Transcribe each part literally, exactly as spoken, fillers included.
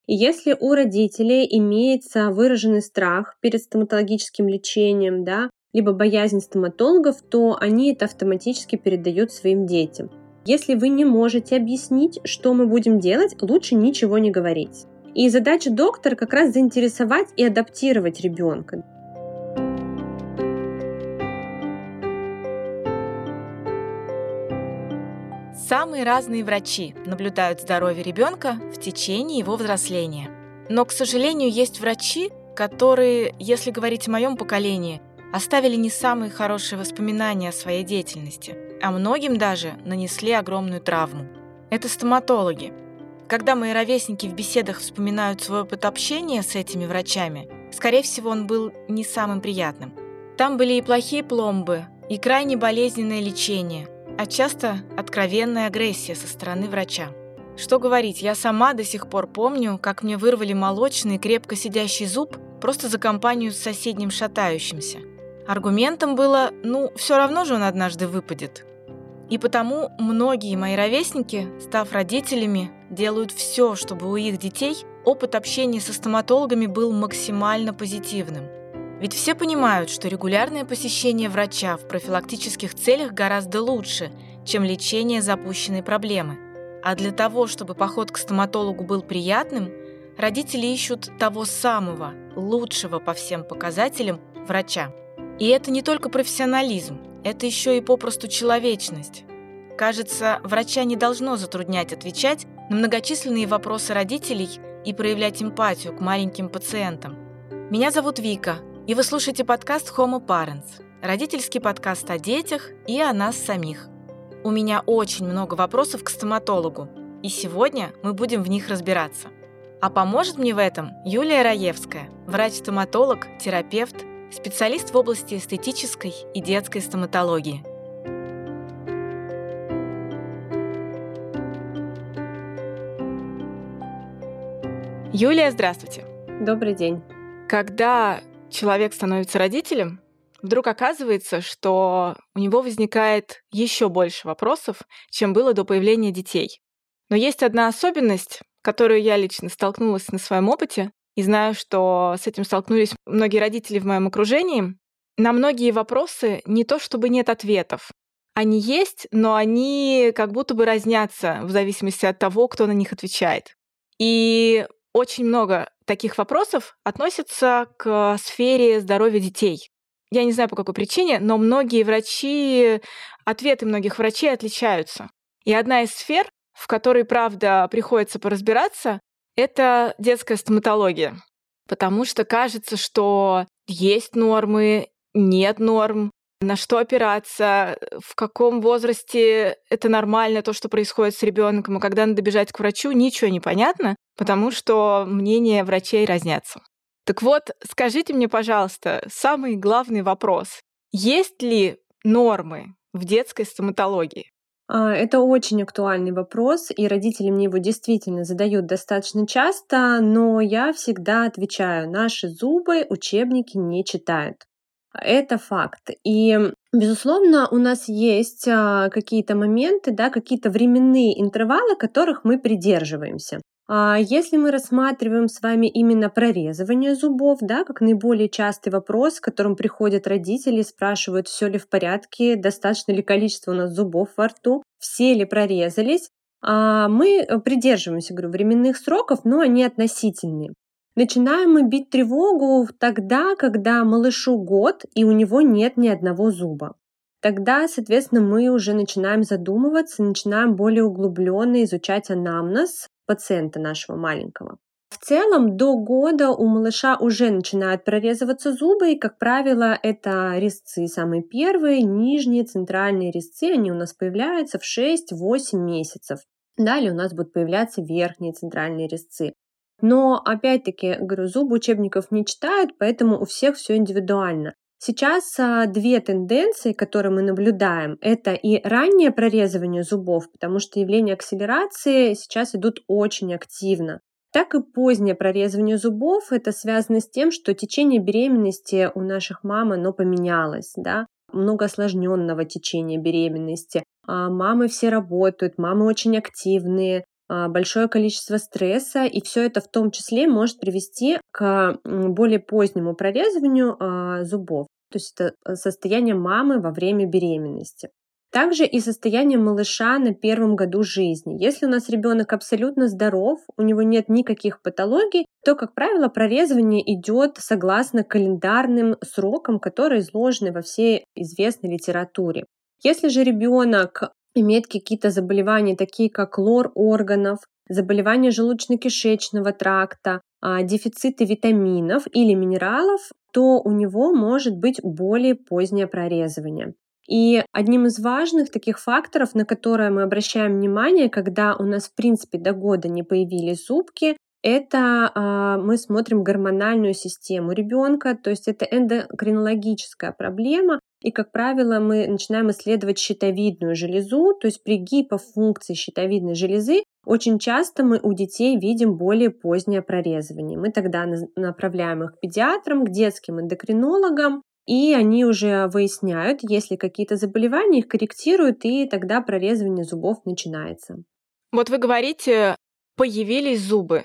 И если у родителей имеется выраженный страх перед стоматологическим лечением, да, либо боязнь стоматологов, то они это автоматически передают своим детям. Если вы не можете объяснить, что мы будем делать, лучше ничего не говорить. И задача доктора как раз заинтересовать и адаптировать ребенка. Самые разные врачи наблюдают здоровье ребенка в течение его взросления. Но, к сожалению, есть врачи, которые, если говорить о моем поколении, оставили не самые хорошие воспоминания о своей деятельности, а многим даже нанесли огромную травму. Это стоматологи. Когда мои ровесники в беседах вспоминают свой опыт общения с этими врачами, скорее всего, он был не самым приятным. Там были и плохие пломбы, и крайне болезненное лечение, а часто откровенная агрессия со стороны врача. Что говорить, я сама до сих пор помню, как мне вырвали молочный крепко сидящий зуб просто за компанию с соседним шатающимся. Аргументом было, ну, все равно же он однажды выпадет. И потому многие мои ровесники, став родителями, делают все, чтобы у их детей опыт общения со стоматологами был максимально позитивным. Ведь все понимают, что регулярное посещение врача в профилактических целях гораздо лучше, чем лечение запущенной проблемы. А для того, чтобы поход к стоматологу был приятным, родители ищут того самого, лучшего по всем показателям врача. И это не только профессионализм, это еще и попросту человечность. Кажется, врача не должно затруднять отвечать на многочисленные вопросы родителей и проявлять эмпатию к маленьким пациентам. Меня зовут Вика, и вы слушаете подкаст Homo Parents, родительский подкаст о детях и о нас самих. У меня очень много вопросов к стоматологу, и сегодня мы будем в них разбираться. А поможет мне в этом Юлия Раевская, врач-стоматолог, терапевт, специалист в области эстетической и детской стоматологии. Юлия, здравствуйте. Добрый день. Когда человек становится родителем, вдруг оказывается, что у него возникает еще больше вопросов, чем было до появления детей. Но есть одна особенность, которую я лично столкнулась на своем опыте, и знаю, что с этим столкнулись многие родители в моем окружении. На многие вопросы не то чтобы нет ответов. Они есть, но они как будто бы разнятся в зависимости от того, кто на них отвечает. И очень много таких вопросов относятся к сфере здоровья детей. Я не знаю, по какой причине, но многие врачи, ответы многих врачей отличаются. И одна из сфер, в которой, правда, приходится поразбираться, это детская стоматология. Потому что кажется, что есть нормы, нет норм, на что опираться, в каком возрасте это нормально, то, что происходит с ребенком, и когда надо бежать к врачу, ничего не понятно, потому что мнения врачей разнятся. Так вот, скажите мне, пожалуйста, самый главный вопрос. Есть ли нормы в детской стоматологии? Это очень актуальный вопрос, и родители мне его действительно задают достаточно часто, но я всегда отвечаю: наши зубы учебники не читают. Это факт. И, безусловно, у нас есть какие-то моменты, да, какие-то временные интервалы, которых мы придерживаемся. Если мы рассматриваем с вами именно прорезывание зубов, да, как наиболее частый вопрос, к которому приходят родители, спрашивают, все ли в порядке, достаточно ли количество у нас зубов во рту, все ли прорезались, мы придерживаемся, говорю, временных сроков, но они относительные. Начинаем мы бить тревогу тогда, когда малышу год, и у него нет ни одного зуба. Тогда, соответственно, мы уже начинаем задумываться, начинаем более углубленно изучать анамнез пациента нашего маленького. В целом, до года у малыша уже начинают прорезываться зубы, и, как правило, это резцы самые первые, нижние, центральные резцы, они у нас появляются в шесть-восемь месяцев. Далее у нас будут появляться верхние центральные резцы. Но, опять-таки, говорю, зубы учебников не читают, поэтому у всех все индивидуально. Сейчас а, две тенденции, которые мы наблюдаем, это и раннее прорезывание зубов, потому что явления акселерации сейчас идут очень активно, так и позднее прорезывание зубов. Это связано с тем, что течение беременности у наших мам, оно поменялось, да, много осложненного течения беременности. А мамы все работают, мамы очень активные, а, большое количество стресса, и все это в том числе может привести к м, более позднему прорезыванию а, зубов. То есть это э, состояние мамы во время беременности. Также и состояние малыша на первом году жизни. Если у нас ребенок абсолютно здоров, у него нет никаких патологий, то, как правило, прорезывание идет согласно календарным срокам, которые изложены во всей известной литературе. Если же ребенок имеет какие-то заболевания, такие как лор органов, заболевания желудочно-кишечного тракта, а, дефициты витаминов или минералов, то у него может быть более позднее прорезывание. И одним из важных таких факторов, на которые мы обращаем внимание, когда у нас в принципе до года не появились зубки, это а, мы смотрим гормональную систему ребенка, то есть это эндокринологическая проблема, и, как правило, мы начинаем исследовать щитовидную железу, то есть при гипофункции щитовидной железы очень часто мы у детей видим более позднее прорезывание. Мы тогда наз- направляем их к педиатрам, к детским эндокринологам, и они уже выясняют, есть ли какие-то заболевания, их корректируют, и тогда прорезывание зубов начинается. Вот вы говорите, появились зубы.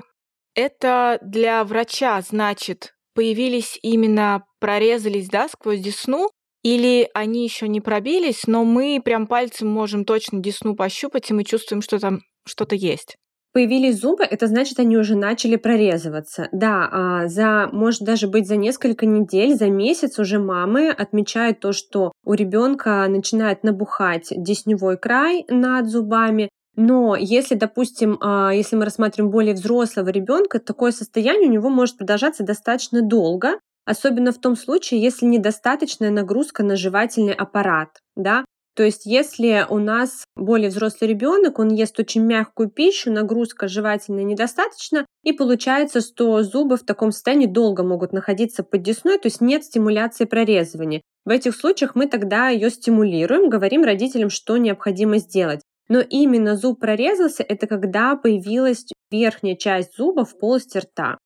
Это для врача значит, появились именно, прорезались, да, сквозь десну, или они еще не пробились, но мы прям пальцем можем точно десну пощупать, и мы чувствуем, что там что-то есть. Появились зубы, это значит, они уже начали прорезываться. Да, а, за, может даже быть за несколько недель, за месяц уже мамы отмечают то, что у ребенка начинает набухать десневой край над зубами. Но если, допустим, а, если мы рассматриваем более взрослого ребенка, такое состояние у него может продолжаться достаточно долго, особенно в том случае, если недостаточная нагрузка на жевательный аппарат, да. То есть если у нас более взрослый ребенок, он ест очень мягкую пищу, нагрузка жевательная недостаточно, и получается, что зубы в таком состоянии долго могут находиться под десной, то есть нет стимуляции прорезывания. В этих случаях мы тогда ее стимулируем, говорим родителям, что необходимо сделать. Но именно зуб прорезался, это когда появилась верхняя часть зуба в полости рта.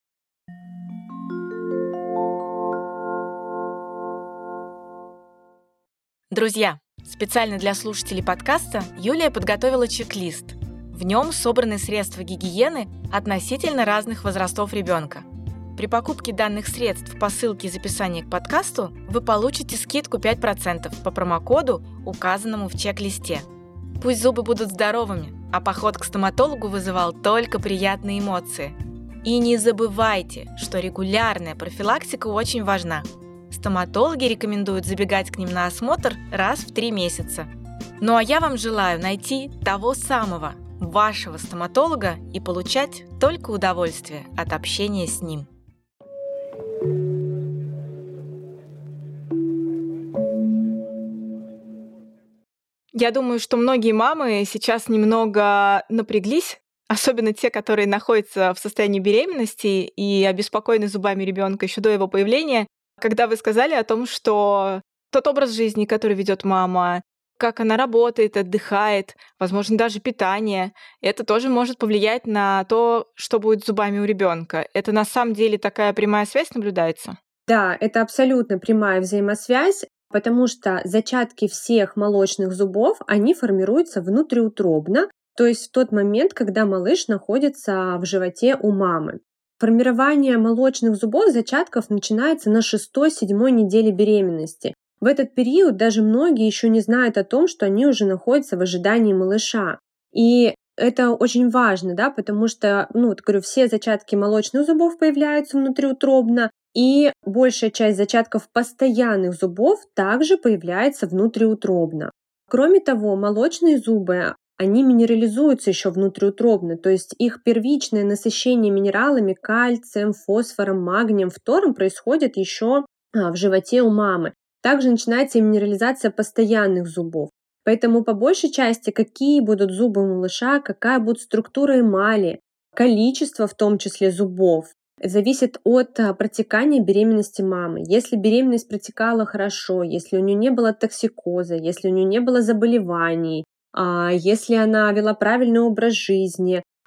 Друзья, специально для слушателей подкаста Юлия подготовила чек-лист. В нем собраны средства гигиены относительно разных возрастов ребенка. При покупке данных средств по ссылке из описания к подкасту вы получите скидку пять процентов по промокоду, указанному в чек-листе. Пусть зубы будут здоровыми, а поход к стоматологу вызывал только приятные эмоции. И не забывайте, что регулярная профилактика очень важна. Стоматологи рекомендуют забегать к ним на осмотр раз в три месяца. Ну а я вам желаю найти того самого, вашего стоматолога и получать только удовольствие от общения с ним. Я думаю, что многие мамы сейчас немного напряглись, особенно те, которые находятся в состоянии беременности и обеспокоены зубами ребенка еще до его появления, когда вы сказали о том, что тот образ жизни, который ведет мама, как она работает, отдыхает, возможно, даже питание, это тоже может повлиять на то, что будет с зубами у ребенка. Это на самом деле такая прямая связь наблюдается? Да, это абсолютно прямая взаимосвязь, потому что зачатки всех молочных зубов, они формируются внутриутробно, то есть в тот момент, когда малыш находится в животе у мамы. Формирование молочных зубов, зачатков начинается на шестой-седьмой неделе беременности. В этот период даже многие еще не знают о том, что они уже находятся в ожидании малыша. И это очень важно, да, потому что, ну, вот говорю, все зачатки молочных зубов появляются внутриутробно, и большая часть зачатков постоянных зубов также появляется внутриутробно. Кроме того, молочные зубы, они минерализуются еще внутриутробно, то есть их первичное насыщение минералами, кальцием, фосфором, магнием, фтором происходит еще а, в животе у мамы. Также начинается и минерализация постоянных зубов. Поэтому по большей части, какие будут зубы у малыша, какая будет структура эмали, количество в том числе зубов, зависит от а, протекания беременности мамы. Если беременность протекала хорошо, если у нее не было токсикоза, если у нее не было заболеваний, а, если она вела правильный образ жизни,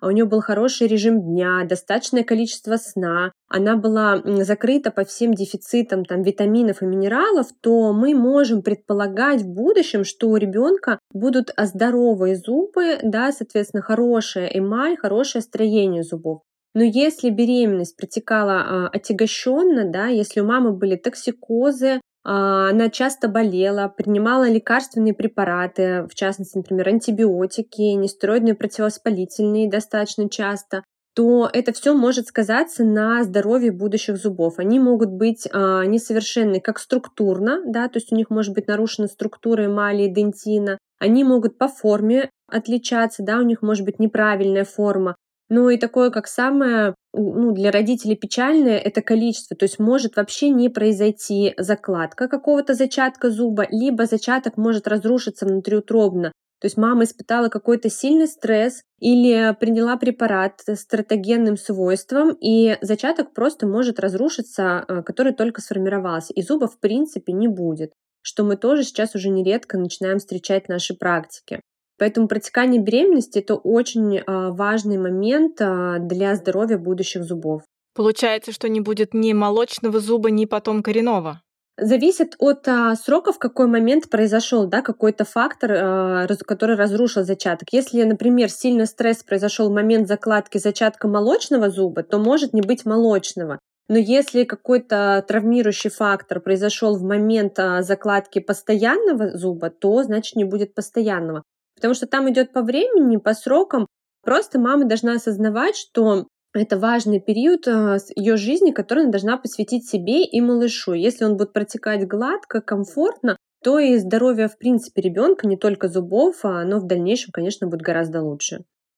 а у нее был хороший режим дня, достаточное количество сна, она была м, закрыта по всем дефицитам там, витаминов и минералов, то мы можем предполагать в будущем, что у ребенка будут а, здоровые зубы, да, соответственно, хорошая эмаль, хорошее строение зубов. Но если беременность протекала а, отягощенно, да, если у мамы были токсикозы, а, она часто болела, принимала лекарственные препараты, в частности, например, антибиотики, нестероидные противовоспалительные достаточно часто, то это все может сказаться на здоровье будущих зубов. Они могут быть а, несовершенны как структурно, да, то есть у них может быть нарушена структура эмали и дентина, они могут по форме отличаться, да, у них может быть неправильная форма. Ну и такое, как самое, ну, для родителей печальное, это количество. То есть может вообще не произойти закладка какого-то зачатка зуба, либо зачаток может разрушиться внутриутробно. То есть мама испытала какой-то сильный стресс или приняла препарат с тератогенным свойством, и зачаток просто может разрушиться, а, который только сформировался, и зуба в принципе не будет, что мы тоже сейчас уже нередко начинаем встречать в нашей практике. Поэтому протекание беременности — это очень а, важный момент а, для здоровья будущих зубов. Получается, что не будет ни молочного зуба, ни потом коренного. Зависит от а, срока, в какой момент произошел, да, какой-то фактор, а, раз- который разрушил зачаток. Если, например, сильный стресс произошел в момент закладки зачатка молочного зуба, то может не быть молочного. Но если какой-то травмирующий фактор произошел в момент а, закладки постоянного зуба, то значит не будет постоянного. Потому что там идет по времени, по срокам. Просто мама должна осознавать, что это важный период ее жизни, который она должна посвятить себе и малышу. Если он будет протекать гладко, комфортно, то и здоровье в принципе ребенка, не только зубов, а оно в дальнейшем, конечно, будет гораздо лучше.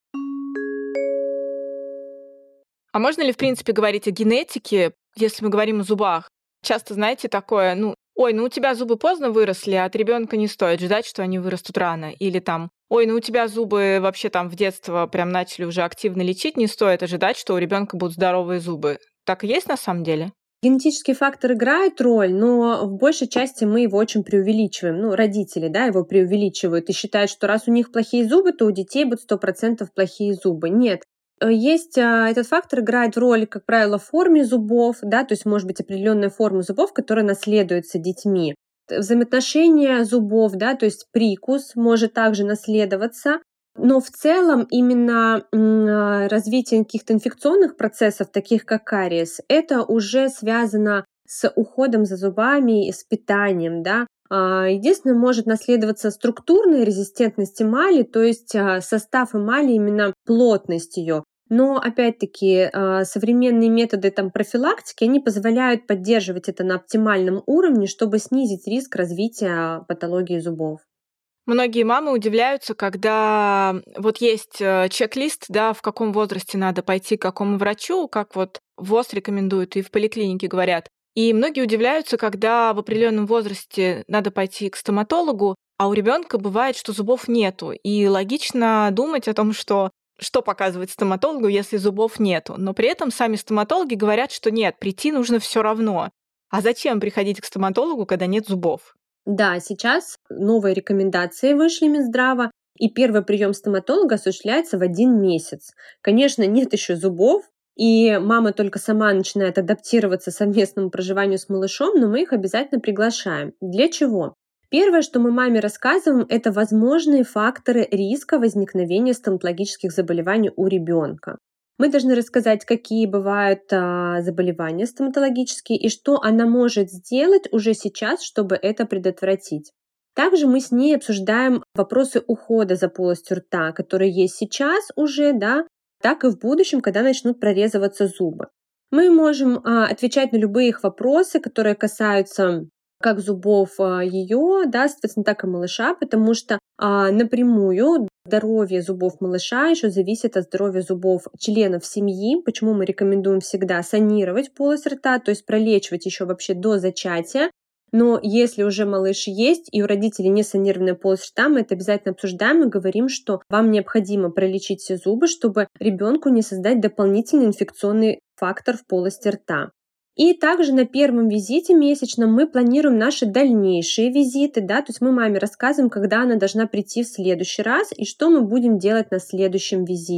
А можно ли, в принципе, говорить о генетике, если мы говорим о зубах? Часто, знаете, такое, ну, ой, ну у тебя зубы поздно выросли, а от ребенка не стоит ждать, что они вырастут рано. Или там, ой, ну у тебя зубы вообще там в детство прям начали уже активно лечить, не стоит ожидать, что у ребенка будут здоровые зубы. Так и есть на самом деле? Генетический фактор играет роль, но в большей части мы его очень преувеличиваем. Ну, родители, да, его преувеличивают и считают, что раз у них плохие зубы, то у детей будут сто процентов плохие зубы. Нет. Э, Есть а, этот фактор играет роль, как правило, в форме зубов, да, то есть может быть определенная форма зубов, которая наследуется детьми. Т- Взаимоотношения зубов, да, то есть прикус может также наследоваться, но в целом именно м, а, развитие каких-то инфекционных процессов, таких как кариес, это уже связано с уходом за зубами и с питанием, да. А, Единственное, может наследоваться структурная резистентность эмали, то есть а, состав эмали, именно плотность ее. Но опять-таки а, современные методы там, профилактики, они позволяют поддерживать это на оптимальном уровне, чтобы снизить риск развития патологии зубов. Многие мамы удивляются, когда вот есть э, чек-лист, да, в каком возрасте надо пойти к какому врачу, как вот ВОЗ рекомендует и в поликлинике говорят. И многие удивляются, когда в определенном возрасте надо пойти к стоматологу, а у ребенка бывает, что зубов нету. И логично думать о том, что что показывать стоматологу, если зубов нету. Но при этом сами стоматологи говорят, что нет, прийти нужно все равно. А зачем приходить к стоматологу, когда нет зубов? Да, сейчас новые рекомендации вышли Минздрава, и первый прием стоматолога осуществляется в один месяц. Конечно, нет еще зубов, и мама только сама начинает адаптироваться к совместному проживанию с малышом, но мы их обязательно приглашаем. Для чего? Первое, что мы маме рассказываем, это возможные факторы риска возникновения стоматологических заболеваний у ребенка. Мы должны рассказать, какие бывают а, заболевания стоматологические и что она может сделать уже сейчас, чтобы это предотвратить. Также мы с ней обсуждаем вопросы ухода за полостью рта, которые есть сейчас уже, да, так и в будущем, когда начнут прорезываться зубы. Мы можем а, отвечать на любые их вопросы, которые касаются как зубов ее, да, соответственно, так и малыша, потому что а, напрямую здоровье зубов малыша еще зависит от здоровья зубов членов семьи, почему мы рекомендуем всегда санировать полость рта, то есть пролечивать еще вообще до зачатия. Но если уже малыш есть и у родителей не санированная полость рта, мы это обязательно обсуждаем и говорим, что вам необходимо пролечить все зубы, чтобы ребенку не создать дополнительный инфекционный фактор в полости рта. И также на первом визите месячном мы планируем наши дальнейшие визиты, да, то есть мы маме рассказываем, когда она должна прийти в следующий раз и что мы будем делать на следующем визите.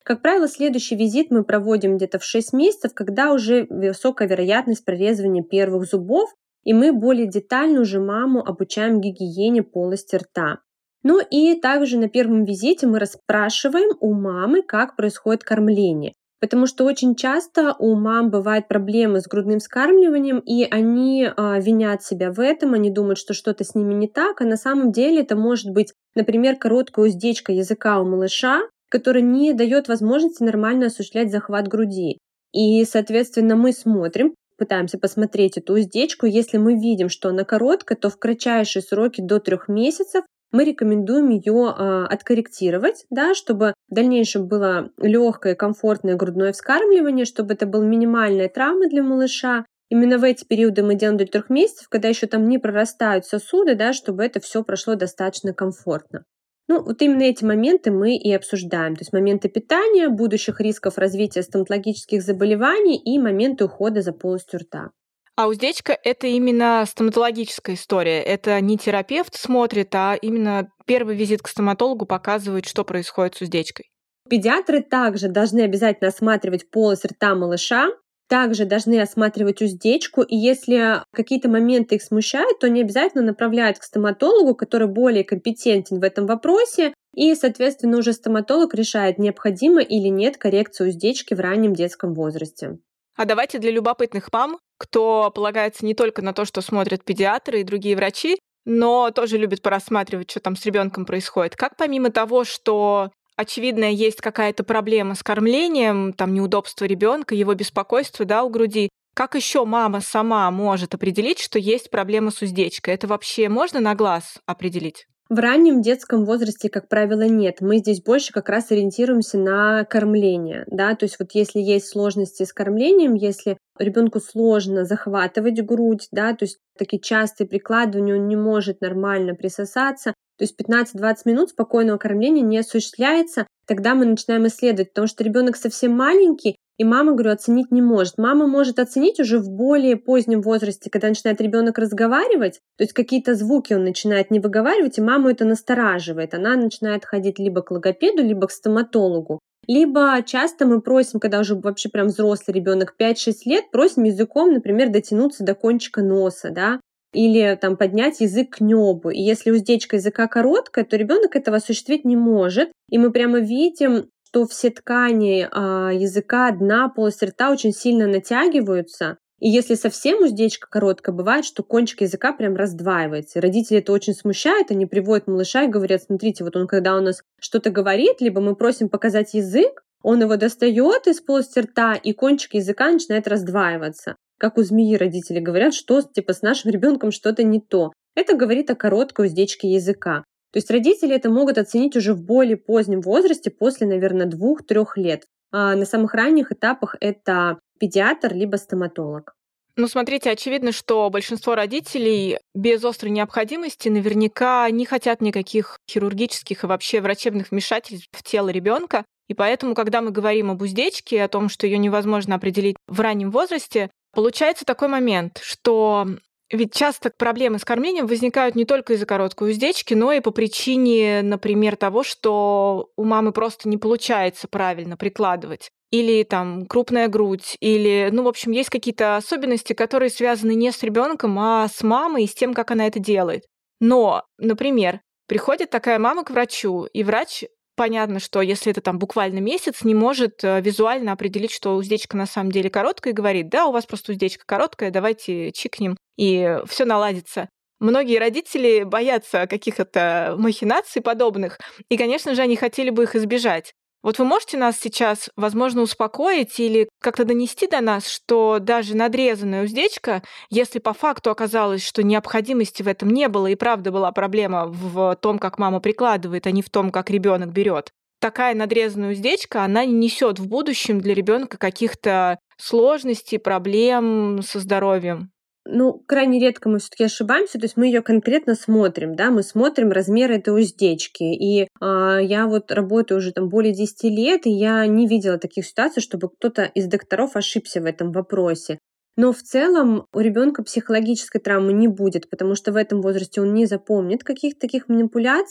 Как правило, следующий визит мы проводим где-то в шесть месяцев, когда уже высокая вероятность прорезывания первых зубов, и мы более детально уже маму обучаем гигиене полости рта. Ну и также на первом визите мы расспрашиваем у мамы, как происходит кормление. Потому что очень часто у мам бывают проблемы с грудным вскармливанием, и они а, винят себя в этом, они думают, что что-то с ними не так, а на самом деле это может быть, например, короткая уздечка языка у малыша, которая не дает возможности нормально осуществлять захват груди. И, соответственно, мы смотрим, пытаемся посмотреть эту уздечку. Если мы видим, что она короткая, то в кратчайшие сроки до трех месяцев мы рекомендуем ее э, откорректировать, да, чтобы в дальнейшем было легкое, комфортное грудное вскармливание, чтобы это была минимальная травма для малыша. Именно в эти периоды мы делаем до трех месяцев, когда еще там не прорастают сосуды, да, чтобы это все прошло достаточно комфортно. Ну, вот именно эти моменты мы и обсуждаем, то есть моменты питания, будущих рисков развития стоматологических заболеваний и моменты ухода за полостью рта. А уздечка — это именно стоматологическая история. Это не терапевт смотрит, а именно первый визит к стоматологу показывает, что происходит с уздечкой. Педиатры также должны обязательно осматривать полость рта малыша, также должны осматривать уздечку, и если какие-то моменты их смущают, то они обязательно направляют к стоматологу, который более компетентен в этом вопросе, и, соответственно, уже стоматолог решает, необходима или нет коррекция уздечки в раннем детском возрасте. А давайте для любопытных мам, кто полагается не только на то, что смотрят педиатры и другие врачи, но тоже любит порассматривать, что там с ребенком происходит. Как помимо того, что очевидно есть какая-то проблема с кормлением, там неудобство ребенка, его беспокойство, да, у груди, как еще мама сама может определить, что есть проблема с уздечкой? Это вообще можно на глаз определить? В раннем детском возрасте, как правило, нет. Мы здесь больше как раз ориентируемся на кормление. Да? То есть вот если есть сложности с кормлением, если ребенку сложно захватывать грудь, да, то есть такие частые прикладывания, он не может нормально присосаться, то есть пятнадцать-двадцать минут спокойного кормления не осуществляется, тогда мы начинаем исследовать, потому что ребенок совсем маленький, и мама, говорю, оценить не может. Мама может оценить уже в более позднем возрасте, когда начинает ребенок разговаривать, то есть какие-то звуки он начинает не выговаривать, и маму это настораживает. Она начинает ходить либо к логопеду, либо к стоматологу. Либо часто мы просим, когда уже вообще прям взрослый ребенок пять-шесть лет, просим языком, например, дотянуться до кончика носа, да, или там поднять язык к небу. И если уздечка языка короткая, то ребенок этого осуществить не может. И мы прямо видим, что все ткани а, языка, дна, полости рта очень сильно натягиваются. И если совсем уздечка короткая, бывает, что кончик языка прям раздваивается. И родители это очень смущает, они приводят малыша и говорят: смотрите, вот он когда у нас что-то говорит, либо мы просим показать язык, он его достает из полости рта, и кончик языка начинает раздваиваться. Как у змеи родители говорят, что типа с нашим ребенком что-то не то. Это говорит о короткой уздечке языка. То есть родители это могут оценить уже в более позднем возрасте, после, наверное, двух-трех лет. А на самых ранних этапах это педиатр либо стоматолог. Ну, смотрите, очевидно, что большинство родителей без острой необходимости наверняка не хотят никаких хирургических и вообще врачебных вмешательств в тело ребенка. И поэтому, когда мы говорим об уздечке, о том, что ее невозможно определить в раннем возрасте, получается такой момент, что ведь часто проблемы с кормлением возникают не только из-за короткой уздечки, но и по причине, например, того, что у мамы просто не получается правильно прикладывать. Или там крупная грудь, или, ну, в общем, есть какие-то особенности, которые связаны не с ребенком, а с мамой и с тем, как она это делает. Но, например, приходит такая мама к врачу, и врач, понятно, что если это там буквально месяц, не может визуально определить, что уздечка на самом деле короткая, и говорит: да, у вас просто уздечка короткая, давайте чикнем, и все наладится. Многие родители боятся каких-то махинаций подобных, и, конечно же, они хотели бы их избежать. Вот вы можете нас сейчас, возможно, успокоить или как-то донести до нас, что даже надрезанная уздечка, если по факту оказалось, что необходимости в этом не было и правда была проблема в том, как мама прикладывает, а не в том, как ребенок берет, такая надрезанная уздечка, она не несет в будущем для ребенка каких-то сложностей, проблем со здоровьем. Ну, крайне редко мы все-таки ошибаемся, то есть мы ее конкретно смотрим, да, мы смотрим размер этой уздечки. И а, я вот работаю уже там более десяти лет, и я не видела таких ситуаций, чтобы кто-то из докторов ошибся в этом вопросе. Но в целом у ребенка психологической травмы не будет, потому что в этом возрасте он не запомнит каких-то таких манипуляций.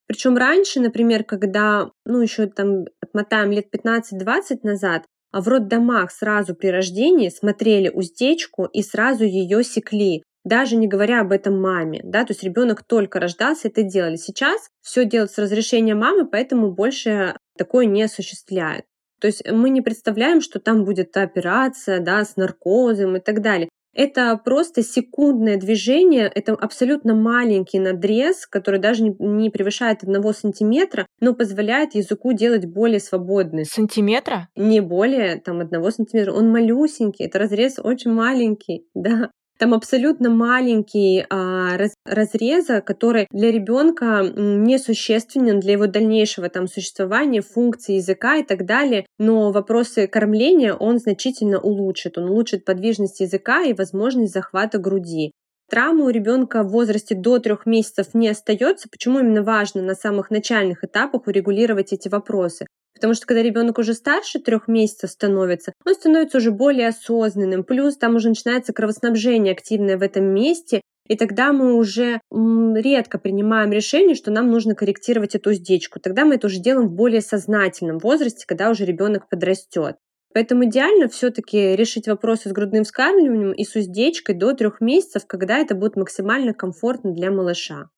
Причем раньше, например, когда, ну, еще там отмотаем лет пятнадцать-двадцать назад, а в роддомах сразу при рождении смотрели уздечку и сразу ее секли, даже не говоря об этом маме, да, то есть ребенок только рождался, это делали. Сейчас все делают с разрешения мамы, поэтому больше такое не осуществляют. То есть мы не представляем, что там будет операция, да, с наркозом и так далее. Это просто секундное движение, это абсолютно маленький надрез, который даже не, не превышает одного сантиметра, но позволяет языку делать более свободный. Сантиметра? Не более там одного сантиметра. Он малюсенький, это разрез очень маленький, да. Там абсолютно маленький а, раз, разреза, который для ребенка несущественен для его дальнейшего там существования, функции языка и так далее. Но вопросы кормления он значительно улучшит. Он улучшит подвижность языка и возможность захвата груди. Травма у ребенка в возрасте до трех месяцев не остается. Почему именно важно на самых начальных этапах урегулировать эти вопросы? Потому что когда ребенок уже старше трех месяцев становится, он становится уже более осознанным. Плюс там уже начинается кровоснабжение активное в этом месте, и тогда мы уже м, редко принимаем решение, что нам нужно корректировать эту уздечку. Тогда мы это уже делаем в более сознательном возрасте, когда уже ребенок подрастет. Поэтому идеально все-таки решить вопросы с грудным вскармливанием и с уздечкой до трех месяцев, когда это будет максимально комфортно для малыша.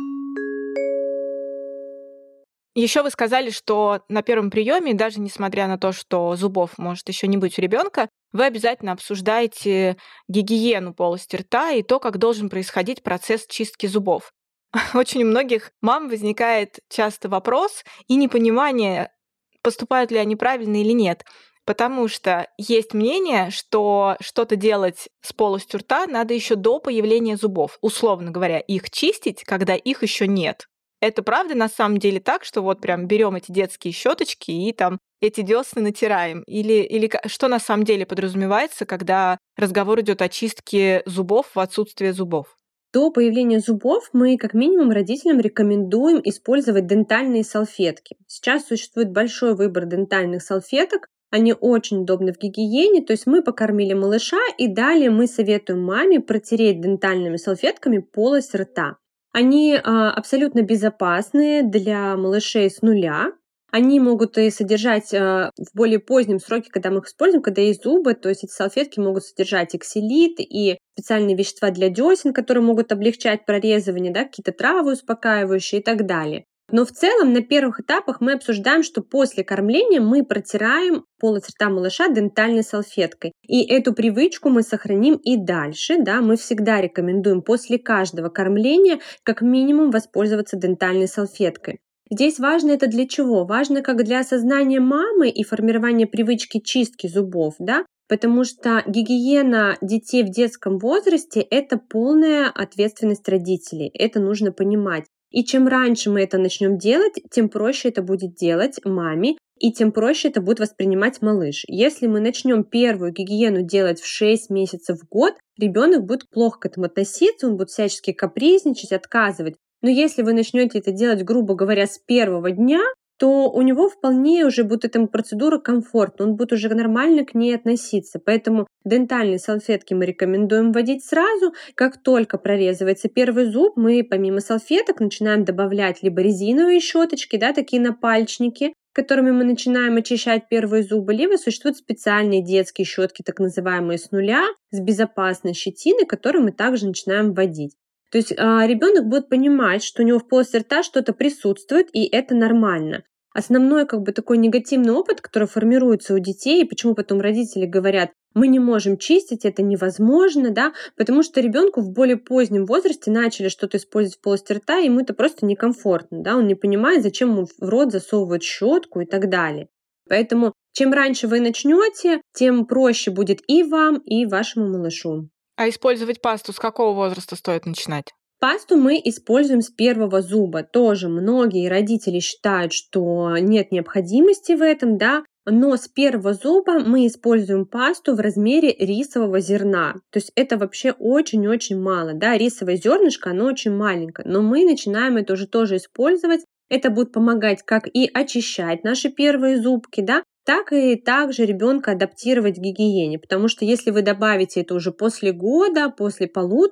Еще вы сказали, что на первом приеме, даже несмотря на то, что зубов может еще не быть у ребенка, вы обязательно обсуждаете гигиену полости рта и то, как должен происходить процесс чистки зубов. Очень у многих мам возникает часто вопрос и непонимание, поступают ли они правильно или нет. Потому что есть мнение, что что-то делать с полостью рта надо еще до появления зубов. Условно говоря, их чистить, когда их еще нет. Это правда на самом деле так, что вот прям берем эти детские щеточки и там эти десны натираем? Или, или что на самом деле подразумевается, когда разговор идет о чистке зубов в отсутствие зубов? До появления зубов мы как минимум родителям рекомендуем использовать дентальные салфетки. Сейчас существует большой выбор дентальных салфеток, они очень удобны в гигиене, то есть мы покормили малыша и далее мы советуем маме протереть дентальными салфетками полость рта. Они а, абсолютно безопасные для малышей с нуля. Они могут и содержать а, в более позднем сроке, когда мы их используем, когда есть зубы, то есть эти салфетки могут содержать оксалит и специальные вещества для десен, которые могут облегчать прорезывание, да, какие-то травы успокаивающие и так далее. Но в целом на первых этапах мы обсуждаем, что после кормления мы протираем полость рта малыша дентальной салфеткой. И эту привычку мы сохраним и дальше. Да? Мы всегда рекомендуем после каждого кормления как минимум воспользоваться дентальной салфеткой. Здесь важно это для чего? Важно как для осознания мамы и формирования привычки чистки зубов, да? Потому что гигиена детей в детском возрасте – это полная ответственность родителей. Это нужно понимать. И чем раньше мы это начнем делать, тем проще это будет делать маме, и тем проще это будет воспринимать малыш. Если мы начнем первую гигиену делать в шесть месяцев в год, ребенок будет плохо к этому относиться, он будет всячески капризничать, отказывать. Но если вы начнете это делать, грубо говоря, с первого дня, то у него вполне уже будет эта процедура комфортна, он будет уже нормально к ней относиться. Поэтому дентальные салфетки мы рекомендуем вводить сразу. Как только прорезывается первый зуб, мы помимо салфеток начинаем добавлять либо резиновые щеточки, да, такие напальчники, которыми мы начинаем очищать первые зубы, либо существуют специальные детские щетки, так называемые с нуля, с безопасной щетиной, которые мы также начинаем вводить. То есть а, ребенок будет понимать, что у него в полости рта что-то присутствует, и это нормально. Основной как бы такой негативный опыт, который формируется у детей, и почему потом родители говорят, мы не можем чистить, это невозможно, да, потому что ребенку в более позднем возрасте начали что-то использовать в полости рта, и ему это просто некомфортно, да, он не понимает, зачем ему в рот засовывают щетку и так далее. Поэтому чем раньше вы начнете, тем проще будет и вам, и вашему малышу. А использовать пасту с какого возраста стоит начинать? Пасту мы используем с первого зуба. Тоже многие родители считают, что нет необходимости в этом, да, но с первого зуба мы используем пасту в размере рисового зерна. То есть это вообще очень-очень мало, да, рисовое зернышко, оно очень маленькое, но мы начинаем это уже тоже использовать. Это будет помогать как и очищать наши первые зубки, да, так и также ребенка адаптировать к гигиене, потому что если вы добавите это уже после года, после полутора,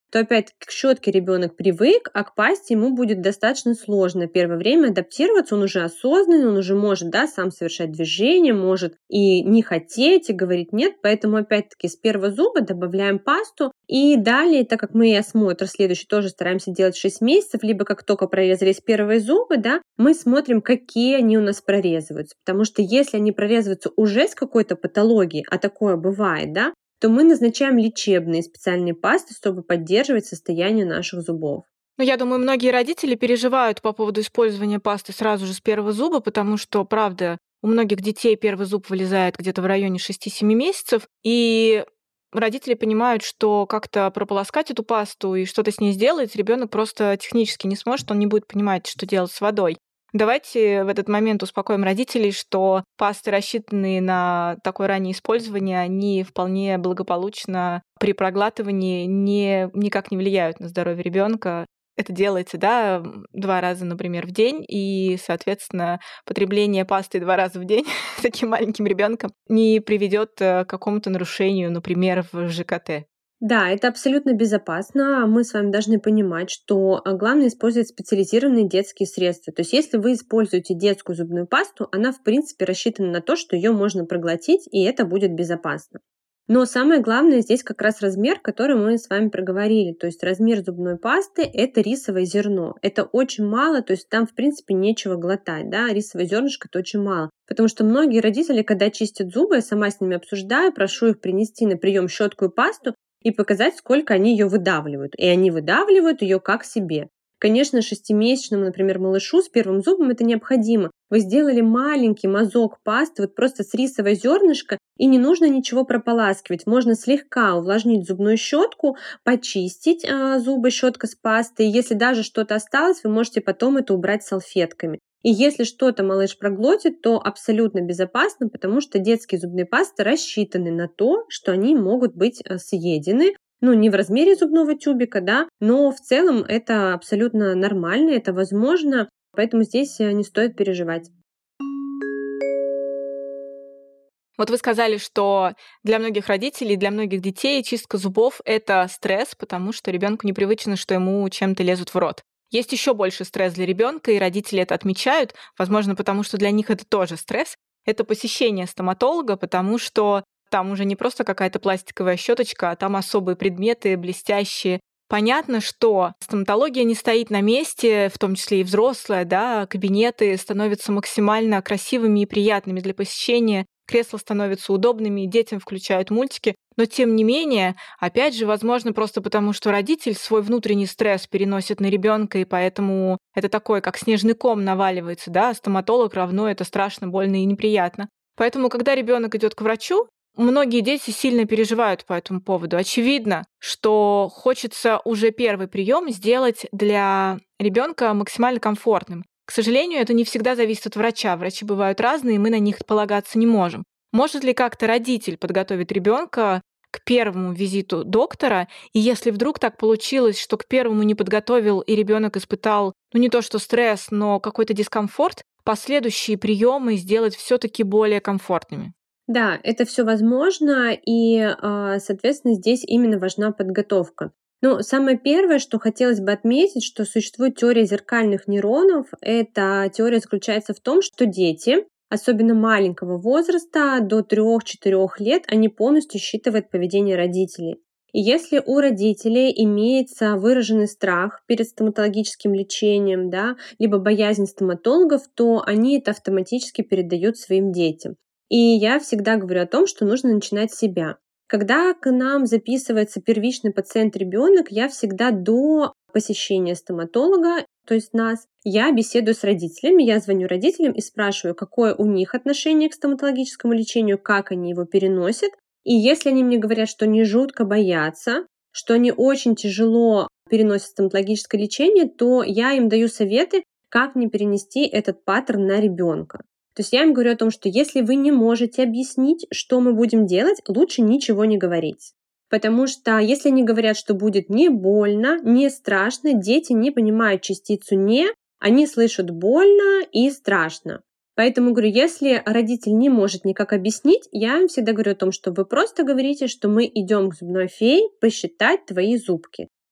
то опять-таки к щетке ребенок привык, а к пасте ему будет достаточно сложно первое время адаптироваться. Он уже осознанный, он уже может, да, сам совершать движения, может и не хотеть, и говорить нет. Поэтому опять-таки с первого зуба добавляем пасту. И далее, так как мы и осмотр следующий тоже стараемся делать шесть месяцев, либо как только прорезались первые зубы, да, мы смотрим, какие они у нас прорезываются. Потому что если они прорезываются уже с какой-то патологией, а такое бывает, да, то мы назначаем лечебные специальные пасты, чтобы поддерживать состояние наших зубов. Ну, я думаю, многие родители переживают по поводу использования пасты сразу же с первого зуба, потому что, правда, у многих детей первый зуб вылезает где-то в районе шести-семи месяцев, и родители понимают, что как-то прополоскать эту пасту и что-то с ней сделать ребенок просто технически не сможет, он не будет понимать, что делать с водой. Давайте в этот момент успокоим родителей, что пасты, рассчитанные на такое раннее использование, они вполне благополучно при проглатывании не, никак не влияют на здоровье ребенка. Это делается, да, два раза, например, в день, и, соответственно, потребление пасты два раза в день таким маленьким ребенком не приведет к какому-то нарушению, например, в ЖКТ. Да, это абсолютно безопасно. Мы с вами должны понимать, что а, главное использовать специализированные детские средства. То есть если вы используете детскую зубную пасту, она в принципе рассчитана на то, что ее можно проглотить, и это будет безопасно. Но самое главное здесь как раз размер, который мы с вами проговорили. То есть размер зубной пасты — это рисовое зерно. Это очень мало, то есть там в принципе нечего глотать. Да? Рисовое зернышко — это очень мало. Потому что многие родители, когда чистят зубы, я сама с ними обсуждаю, прошу их принести на прием щетку и пасту, и показать, сколько они ее выдавливают. И они выдавливают ее как себе. Конечно, шестимесячному, например, малышу с первым зубом это необходимо. Вы сделали маленький мазок пасты, вот просто с рисовое зернышко, и не нужно ничего прополаскивать. Можно слегка увлажнить зубную щетку, почистить э, зубы щетка с пастой. И если даже что-то осталось, вы можете потом это убрать салфетками. И если что-то малыш проглотит, то абсолютно безопасно, потому что детские зубные пасты рассчитаны на то, что они могут быть съедены. Ну, не в размере зубного тюбика, да, но в целом это абсолютно нормально, это возможно, поэтому здесь не стоит переживать. Вот вы сказали, что для многих родителей, для многих детей чистка зубов — это стресс, потому что ребенку непривычно, что ему чем-то лезут в рот. Есть еще больше стресс для ребенка, и родители это отмечают, возможно, потому что для них это тоже стресс. Это посещение стоматолога, потому что там уже не просто какая-то пластиковая щеточка, а там особые предметы, блестящие. Понятно, что стоматология не стоит на месте, в том числе и взрослая, да, кабинеты становятся максимально красивыми и приятными для посещения, кресла становятся удобными, детям включают мультики, но тем не менее, опять же, возможно, просто потому, что родитель свой внутренний стресс переносит на ребенка, и поэтому это такой, как снежный ком наваливается, да, стоматолог равно это страшно, больно и неприятно. Поэтому, когда ребенок идет к врачу, многие дети сильно переживают по этому поводу. Очевидно, что хочется уже первый прием сделать для ребенка максимально комфортным. К сожалению, это не всегда зависит от врача. Врачи бывают разные, и мы на них полагаться не можем. Может ли как-то родитель подготовить ребенка к первому визиту доктора? И если вдруг так получилось, что к первому не подготовил, и ребенок испытал, ну не то что стресс, но какой-то дискомфорт, последующие приемы сделать все-таки более комфортными? Да, это все возможно, и, соответственно, здесь именно важна подготовка. Ну, самое первое, что хотелось бы отметить, что существует теория зеркальных нейронов. Эта теория заключается в том, что дети, особенно маленького возраста, до трёх-четырёх лет, они полностью считывают поведение родителей. И если у родителей имеется выраженный страх перед стоматологическим лечением, да, либо боязнь стоматологов, то они это автоматически передают своим детям. И я всегда говорю о том, что нужно начинать с себя. Когда к нам записывается первичный пациент-ребенок, я всегда до посещения стоматолога, то есть нас, я беседую с родителями, я звоню родителям и спрашиваю, какое у них отношение к стоматологическому лечению, как они его переносят. И если они мне говорят, что они жутко боятся, что они очень тяжело переносят стоматологическое лечение, то я им даю советы, как не перенести этот паттерн на ребенка. То есть я им говорю о том, что если вы не можете объяснить, что мы будем делать, лучше ничего не говорить. Потому что если они говорят, что будет не больно, не страшно, дети не понимают частицу «не», они слышат больно и страшно. Поэтому говорю, если родитель не может никак объяснить, я им всегда говорю о том, что вы просто говорите, что мы идем к зубной фее посчитать твои зубки.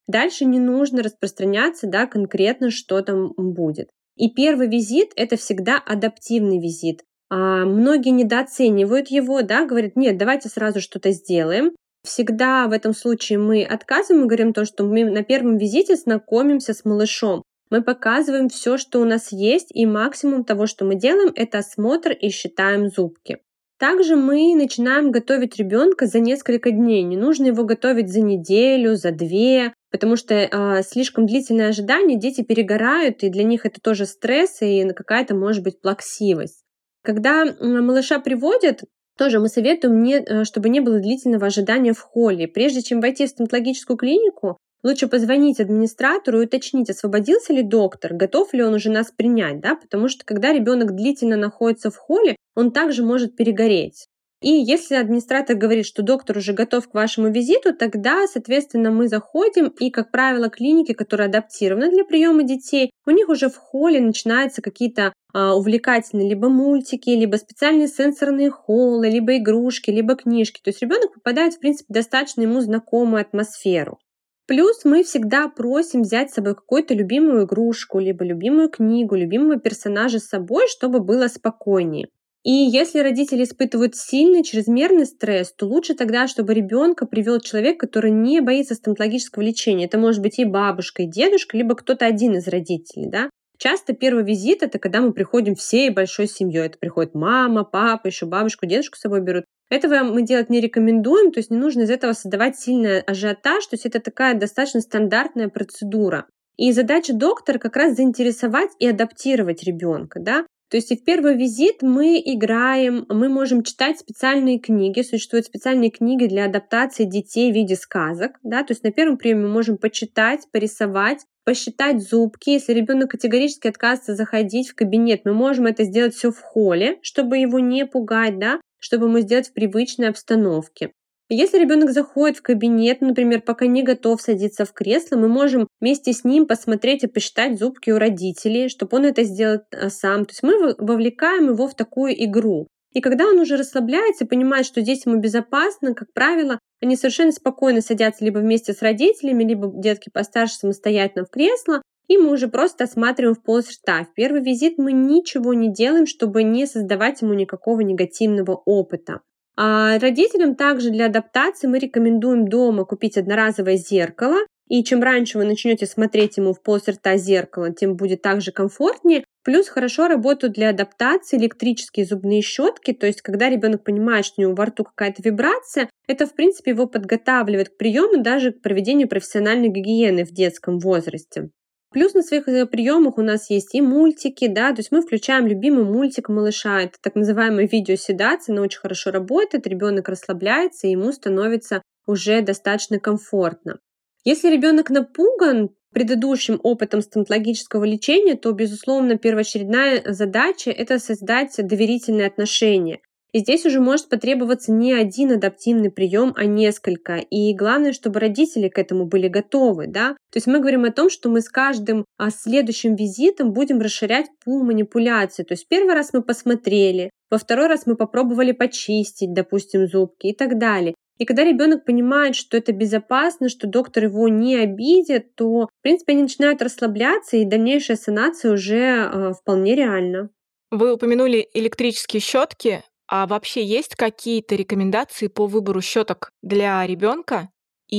Дальше не нужно распространяться, да, конкретно, что там будет. И первый визит — это всегда адаптивный визит. А, многие недооценивают его, да, говорят: нет, давайте сразу что-то сделаем. Всегда в этом случае мы отказываем и говорим то, что мы на первом визите знакомимся с малышом. Мы показываем все, что у нас есть, и максимум того, что мы делаем, это осмотр и считаем зубки. Также мы начинаем готовить ребенка за несколько дней. Не нужно его готовить за неделю, за две, потому что э, слишком длительное ожидание, дети перегорают, и для них это тоже стресс и какая-то, может быть, плаксивость. Когда м, малыша приводят, тоже мы советуем, не, э, чтобы не было длительного ожидания в холле. Прежде чем войти в стоматологическую клинику, лучше позвонить администратору и уточнить, освободился ли доктор, готов ли он уже нас принять, да, потому что когда ребенок длительно находится в холле, он также может перегореть. И если администратор говорит, что доктор уже готов к вашему визиту, тогда, соответственно, мы заходим, и, как правило, клиники, которые адаптированы для приема детей, у них уже в холле начинаются какие-то а, увлекательные либо мультики, либо специальные сенсорные холлы, либо игрушки, либо книжки. То есть ребенок попадает, в принципе, в достаточно ему знакомую атмосферу. Плюс мы всегда просим взять с собой какую-то любимую игрушку, либо любимую книгу, любимого персонажа с собой, чтобы было спокойнее. И если родители испытывают сильный чрезмерный стресс, то лучше тогда, чтобы ребенка привел человек, который не боится стоматологического лечения. Это может быть и бабушка, и дедушка, либо кто-то один из родителей. Да? Часто первый визит — это когда мы приходим всей большой семьей. Это приходит мама, папа, еще бабушку, дедушку с собой берут. Этого мы делать не рекомендуем, то есть не нужно из этого создавать сильный ажиотаж, то есть это такая достаточно стандартная процедура. И задача доктора как раз заинтересовать и адаптировать ребенка, да. То есть и в первый визит мы играем, мы можем читать специальные книги, существуют специальные книги для адаптации детей в виде сказок, да, то есть на первом приеме мы можем почитать, порисовать, посчитать зубки. Если ребенок категорически отказывается заходить в кабинет, мы можем это сделать все в холле, чтобы его не пугать, да, чтобы ему сделать в привычной обстановке. Если ребенок заходит в кабинет, например, пока не готов садиться в кресло, мы можем вместе с ним посмотреть и посчитать зубки у родителей, чтобы он это сделал сам. То есть мы вовлекаем его в такую игру. И когда он уже расслабляется и понимает, что здесь ему безопасно, как правило, они совершенно спокойно садятся либо вместе с родителями, либо детки постарше самостоятельно в кресло, и мы уже просто осматриваем в полость рта. В первый визит мы ничего не делаем, чтобы не создавать ему никакого негативного опыта. А родителям также для адаптации мы рекомендуем дома купить одноразовое зеркало. И чем раньше вы начнете смотреть ему в полость рта зеркало, тем будет также комфортнее. Плюс хорошо работают для адаптации электрические зубные щетки. То есть, когда ребенок понимает, что у него во рту какая-то вибрация, это, в принципе, его подготавливает к приему, даже к проведению профессиональной гигиены в детском возрасте. Плюс на своих приемах у нас есть и мультики, да, то есть мы включаем любимый мультик малыша, это так называемая видеоседация, она очень хорошо работает, ребенок расслабляется, и ему становится уже достаточно комфортно. Если ребенок напуган предыдущим опытом стоматологического лечения, то, безусловно, первоочередная задача — это создать доверительные отношения. И здесь уже может потребоваться не один адаптивный прием, а несколько. И главное, чтобы родители к этому были готовы. Да? То есть мы говорим о том, что мы с каждым а, следующим визитом будем расширять пул манипуляций. То есть первый раз мы посмотрели, во второй раз мы попробовали почистить, допустим, зубки и так далее. И когда ребенок понимает, что это безопасно, что доктор его не обидит, то, в принципе, они начинают расслабляться, и дальнейшая санация уже э, вполне реальна. Вы упомянули электрические щетки. А вообще есть какие-то рекомендации по выбору щеток для ребенка?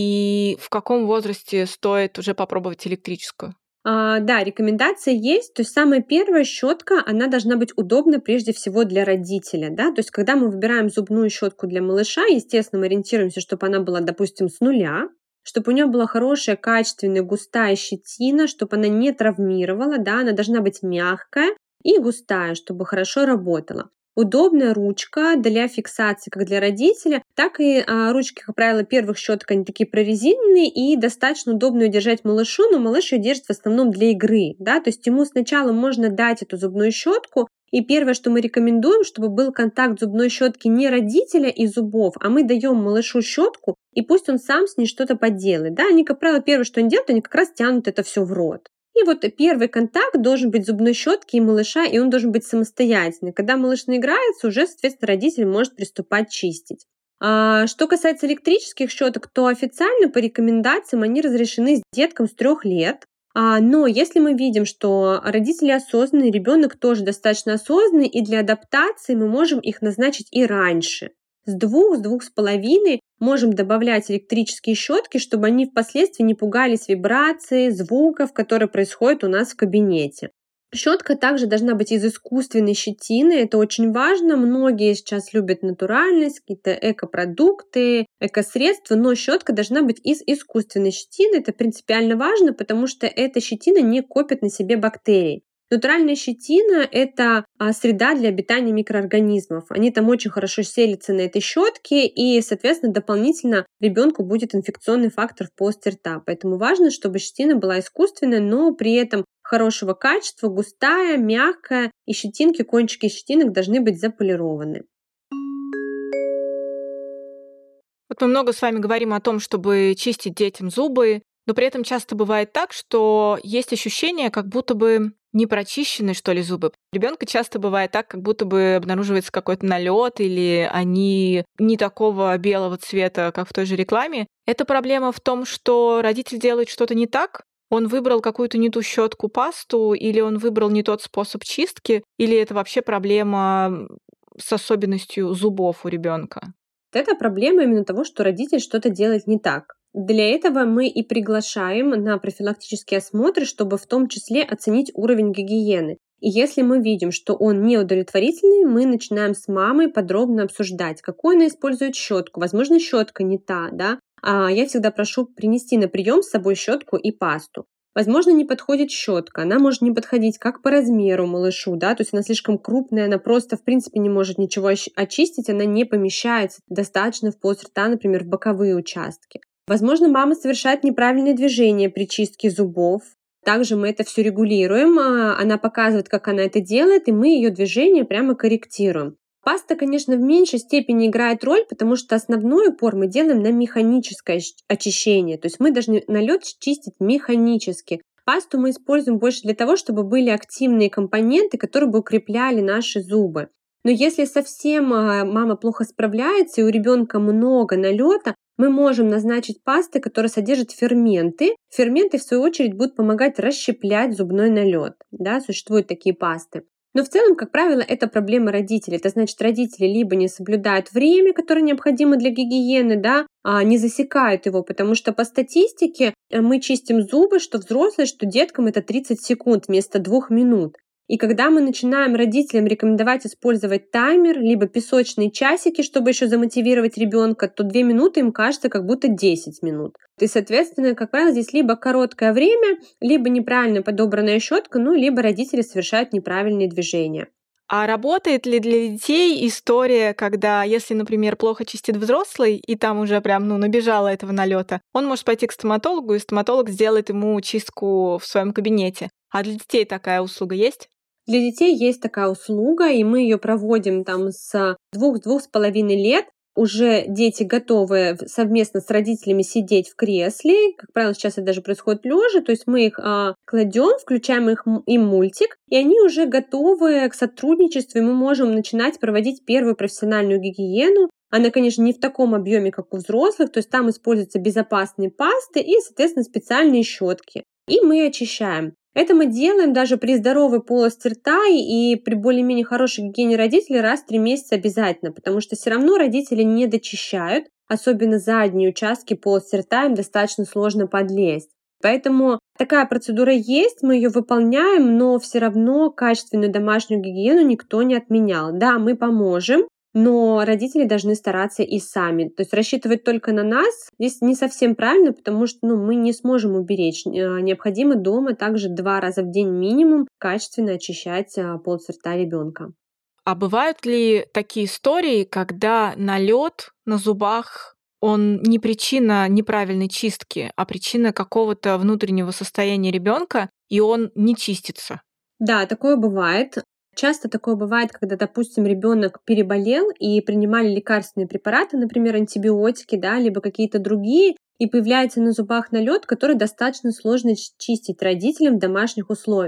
И в каком возрасте стоит уже попробовать электрическую? А, да, рекомендация есть. То есть самая первая щетка, она должна быть удобна прежде всего для родителя. Да? То есть когда мы выбираем зубную щетку для малыша, естественно, мы ориентируемся, чтобы она была, допустим, с нуля, чтобы у нее была хорошая, качественная, густая щетина, чтобы она не травмировала, да? Она должна быть мягкая и густая, чтобы хорошо работала. Удобная ручка для фиксации как для родителя, так и а, ручки, как правило, первых щеток, они такие прорезиненные и достаточно удобно ее держать малышу, но малыш ее держит в основном для игры. Да? То есть ему сначала можно дать эту зубную щетку, и первое, что мы рекомендуем, чтобы был контакт зубной щетки не родителя и зубов, а мы даем малышу щетку, и пусть он сам с ней что-то поделает. Да? Они, как правило, первое, что они делают, они как раз тянут это все в рот. И вот первый контакт должен быть зубной щетки и малыша, и он должен быть самостоятельный. Когда малыш наиграется, уже, соответственно, родитель может приступать чистить. А что касается электрических щеток, то официально по рекомендациям они разрешены с деткам с трех лет. А, но если мы видим, что родители осознанные, ребенок тоже достаточно осознанный, и для адаптации мы можем их назначить и раньше. С двух, с двух с половиной можем добавлять электрические щетки, чтобы они впоследствии не пугались вибраций, звуков, которые происходят у нас в кабинете. Щетка также должна быть из искусственной щетины, это очень важно. Многие сейчас любят натуральность, какие-то экопродукты, экосредства, но щетка должна быть из искусственной щетины. Это принципиально важно, потому что эта щетина не копит на себе бактерий. Натуральная щетина– это а, среда для обитания микроорганизмов. Они там очень хорошо селятся на этой щетке, и, соответственно, дополнительно ребенку будет инфекционный фактор в полости рта. Поэтому важно, чтобы щетина была искусственная, но при этом хорошего качества, густая, мягкая, и щетинки, кончики щетинок должны быть заполированы. Вот мы много с вами говорим о том, чтобы чистить детям зубы, но при этом часто бывает так, что есть ощущение, как будто бы не прочищены, что ли, зубы. У ребенка часто бывает так, как будто бы обнаруживается какой-то налет, или они не такого белого цвета, как в той же рекламе. Это проблема в том, что родитель делает что-то не так, он выбрал какую-то не ту щетку, пасту, или он выбрал не тот способ чистки, или это вообще проблема с особенностью зубов у ребенка. Это проблема именно того, что родитель что-то делает не так. Для этого мы и приглашаем на профилактические осмотры, чтобы в том числе оценить уровень гигиены. И если мы видим, что он неудовлетворительный, мы начинаем с мамой подробно обсуждать, какую она использует щетку. Возможно, щетка не та, да. А я всегда прошу принести на прием с собой щетку и пасту. Возможно, не подходит щетка, она может не подходить как по размеру малышу, да, то есть она слишком крупная, она просто, в принципе, не может ничего очистить, она не помещается достаточно в полость рта, например, в боковые участки. Возможно, мама совершает неправильные движения при чистке зубов. Также мы это все регулируем, она показывает, как она это делает, и мы ее движения прямо корректируем. Паста, конечно, в меньшей степени играет роль, потому что основной упор мы делаем на механическое очищение. То есть мы должны налет чистить механически. Пасту мы используем больше для того, чтобы были активные компоненты, которые бы укрепляли наши зубы. Но если совсем мама плохо справляется и у ребенка много налета, мы можем назначить пасты, которые содержат ферменты. Ферменты, в свою очередь, будут помогать расщеплять зубной налет. Да, существуют такие пасты. Но в целом, как правило, это проблема родителей. Это значит, родители либо не соблюдают время, которое необходимо для гигиены, да, а не засекают его, потому что по статистике мы чистим зубы, что взрослые, что деткам, это тридцать секунд вместо двух минут. И когда мы начинаем родителям рекомендовать использовать таймер, либо песочные часики, чтобы еще замотивировать ребенка, то две минуты им кажется как будто десять минут. И, соответственно, как правило, здесь либо короткое время, либо неправильно подобранная щетка, ну, либо родители совершают неправильные движения. А работает ли для детей история, когда, если, например, плохо чистит взрослый, и там уже прям, ну, набежало этого налета, он может пойти к стоматологу, и стоматолог сделает ему чистку в своем кабинете. А для детей такая услуга есть? Для детей есть такая услуга, и мы ее проводим там с двух-двух с половиной лет. Уже дети готовы совместно с родителями сидеть в кресле. Как правило, сейчас это даже происходит лежа. То есть мы их а, кладем, включаем их, им мультик, и они уже готовы к сотрудничеству, и мы можем начинать проводить первую профессиональную гигиену. Она, конечно, не в таком объеме, как у взрослых, то есть там используются безопасные пасты и, соответственно, специальные щетки. И мы очищаем. Это мы делаем даже при здоровой полости рта и при более-менее хорошей гигиене родителей раз в три месяца обязательно, потому что все равно родители не дочищают, особенно задние участки полости рта им достаточно сложно подлезть. Поэтому такая процедура есть, мы ее выполняем, но все равно качественную домашнюю гигиену никто не отменял. Да, мы поможем, но родители должны стараться и сами. То есть рассчитывать только на нас здесь не совсем правильно, потому что ну, мы не сможем уберечь. Необходимо дома также два раза в день минимум качественно очищать полость рта ребенка. А бывают ли такие истории, когда налет на зубах, он не причина неправильной чистки, а причина какого-то внутреннего состояния ребенка, и он не чистится? Да, такое бывает. Часто такое бывает, когда, допустим, ребенок переболел и принимали лекарственные препараты, например, антибиотики, да, либо какие-то другие, и появляется на зубах налет, который достаточно сложно чистить родителям в домашних условиях.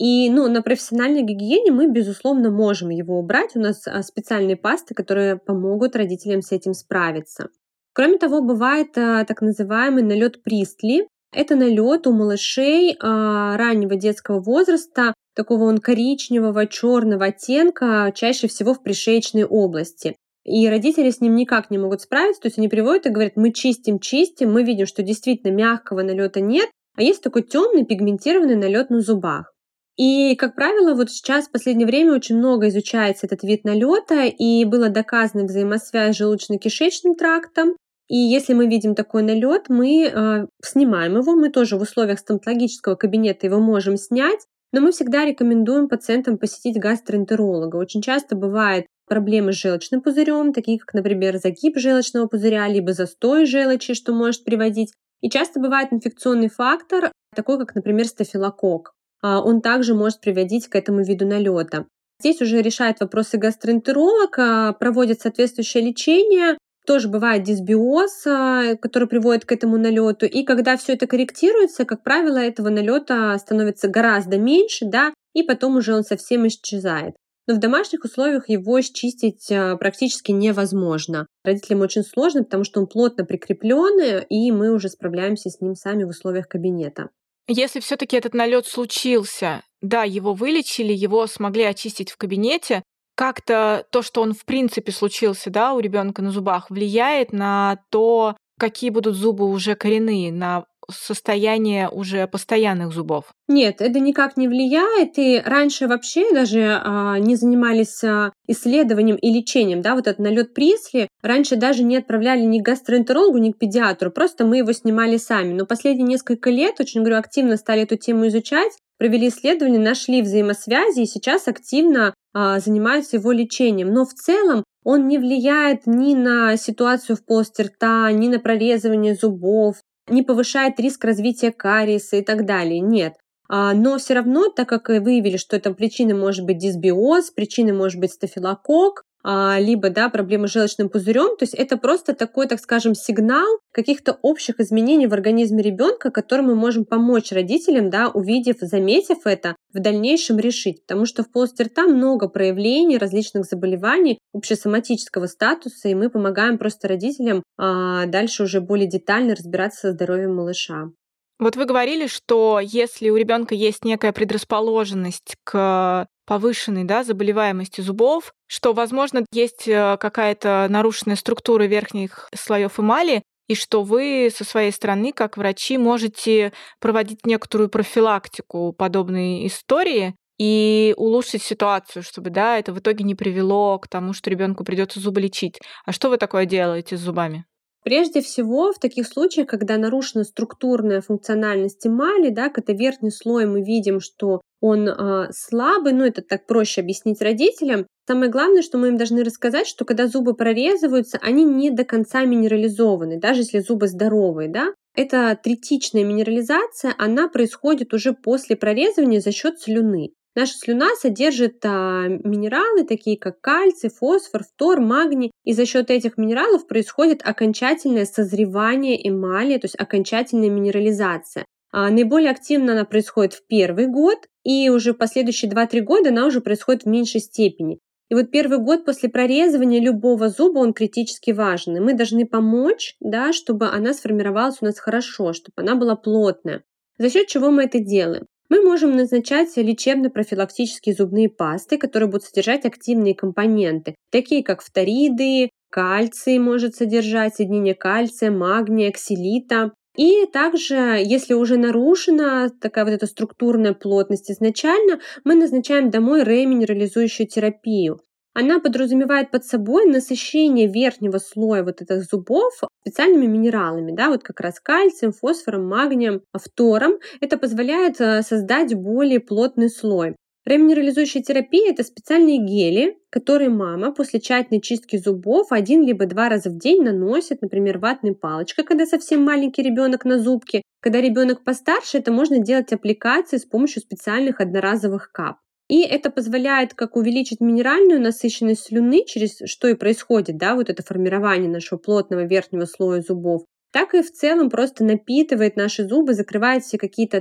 И, ну, на профессиональной гигиене мы, безусловно, можем его убрать. У нас а, специальные пасты, которые помогут родителям с этим справиться. Кроме того, бывает а, так называемый налет Пристли. Это налет у малышей а, раннего детского возраста, такого он коричневого, черного оттенка, чаще всего в пришеечной области. И родители с ним никак не могут справиться, то есть они приводят и говорят: мы чистим, чистим, мы видим, что действительно мягкого налета нет, а есть такой темный пигментированный налет на зубах. И, как правило, вот сейчас в последнее время очень много изучается этот вид налета, и было доказано взаимосвязь с желудочно-кишечным трактом. И если мы видим такой налет, мы э, снимаем его, мы тоже в условиях стоматологического кабинета его можем снять, но мы всегда рекомендуем пациентам посетить гастроэнтеролога. Очень часто бывает проблемы с желчным пузырем, такие как, например, загиб желчного пузыря, либо застой желчи, что может приводить. И часто бывает инфекционный фактор, такой как, например, стафилококк. А, Он также может приводить к этому виду налета. Здесь уже решает вопросы гастроэнтеролог, а, проводит соответствующее лечение. Тоже бывает дисбиоз, а, который приводит к этому налету. И когда все это корректируется, как правило, этого налета становится гораздо меньше, да, и потом уже он совсем исчезает. Но в домашних условиях его счистить а, практически невозможно. Родителям очень сложно, потому что он плотно прикреплен, и мы уже справляемся с ним сами в условиях кабинета. Если все-таки этот налет случился, да, его вылечили, его смогли очистить в кабинете, как-то то, что он в принципе случился, да, у ребенка на зубах, влияет на то, какие будут зубы уже коренные, на состояние уже постоянных зубов? Нет, это никак не влияет. И раньше вообще даже а, не занимались а, исследованием и лечением, да, вот этот налет Присли. Раньше даже не отправляли ни к гастроэнтерологу, ни к педиатру, просто мы его снимали сами. Но последние несколько лет очень, говорю, активно стали эту тему изучать, провели исследования, нашли взаимосвязи и сейчас активно а, занимаются его лечением. Но в целом он не влияет ни на ситуацию в полости рта, ни на прорезывание зубов, не повышает риск развития кариеса и так далее. Нет. А, Но все равно, так как и выявили, что это причиной может быть дисбиоз, причиной может быть стафилококк, а, либо да, проблемы с желчным пузырем, то есть это просто такой, так скажем, сигнал каких-то общих изменений в организме ребенка, которым мы можем помочь родителям, да, увидев, заметив это, в дальнейшем решить. Потому что в полости рта много проявлений различных заболеваний общесоматического статуса, и мы помогаем просто родителям а, дальше уже более детально разбираться со здоровьем малыша. Вот вы говорили, что если у ребенка есть некая предрасположенность к повышенной, да, заболеваемости зубов, что, возможно, есть э, какая-то нарушенная структура верхних слоев эмали, и что вы со своей стороны, как врачи, можете проводить некоторую профилактику подобной истории и улучшить ситуацию, чтобы, да, это в итоге не привело к тому, что ребенку придется зубы лечить. А что вы такое делаете с зубами? Прежде всего, в таких случаях, когда нарушена структурная функциональность эмали, да, когда верхний слой мы видим, что он а, слабый, ну это так проще объяснить родителям. Самое главное, что мы им должны рассказать, что когда зубы прорезываются, они не до конца минерализованы, даже если зубы здоровые, да. Эта третичная минерализация, она происходит уже после прорезывания за счет слюны. Наша слюна содержит а, минералы, такие как кальций, фосфор, фтор, магний, и за счет этих минералов происходит окончательное созревание эмали, то есть окончательная минерализация. А, наиболее активно она происходит в первый год, и уже последующие два-три года она уже происходит в меньшей степени. И вот первый год после прорезывания любого зуба, он критически важен. И мы должны помочь, да, чтобы она сформировалась у нас хорошо, чтобы она была плотная. За счет чего мы это делаем? Мы можем назначать лечебно-профилактические зубные пасты, которые будут содержать активные компоненты, такие как фториды, кальций может содержать, соединение кальция, магния, оксалита. И также, если уже нарушена такая вот эта структурная плотность изначально, мы назначаем домой реминерализующую терапию. Она подразумевает под собой насыщение верхнего слоя вот этих зубов специальными минералами, да, вот как раз кальцием, фосфором, магнием, фтором. Это позволяет э, создать более плотный слой. Реминерализующая терапия – это специальные гели, которые мама после тщательной чистки зубов один либо два раза в день наносит, например, ватной палочкой, когда совсем маленький ребенок на зубки. Когда ребенок постарше, это можно делать аппликации с помощью специальных одноразовых кап. И это позволяет как увеличить минеральную насыщенность слюны, через что и происходит, да, вот это формирование нашего плотного верхнего слоя зубов, так и в целом просто напитывает наши зубы, закрывает все какие-то там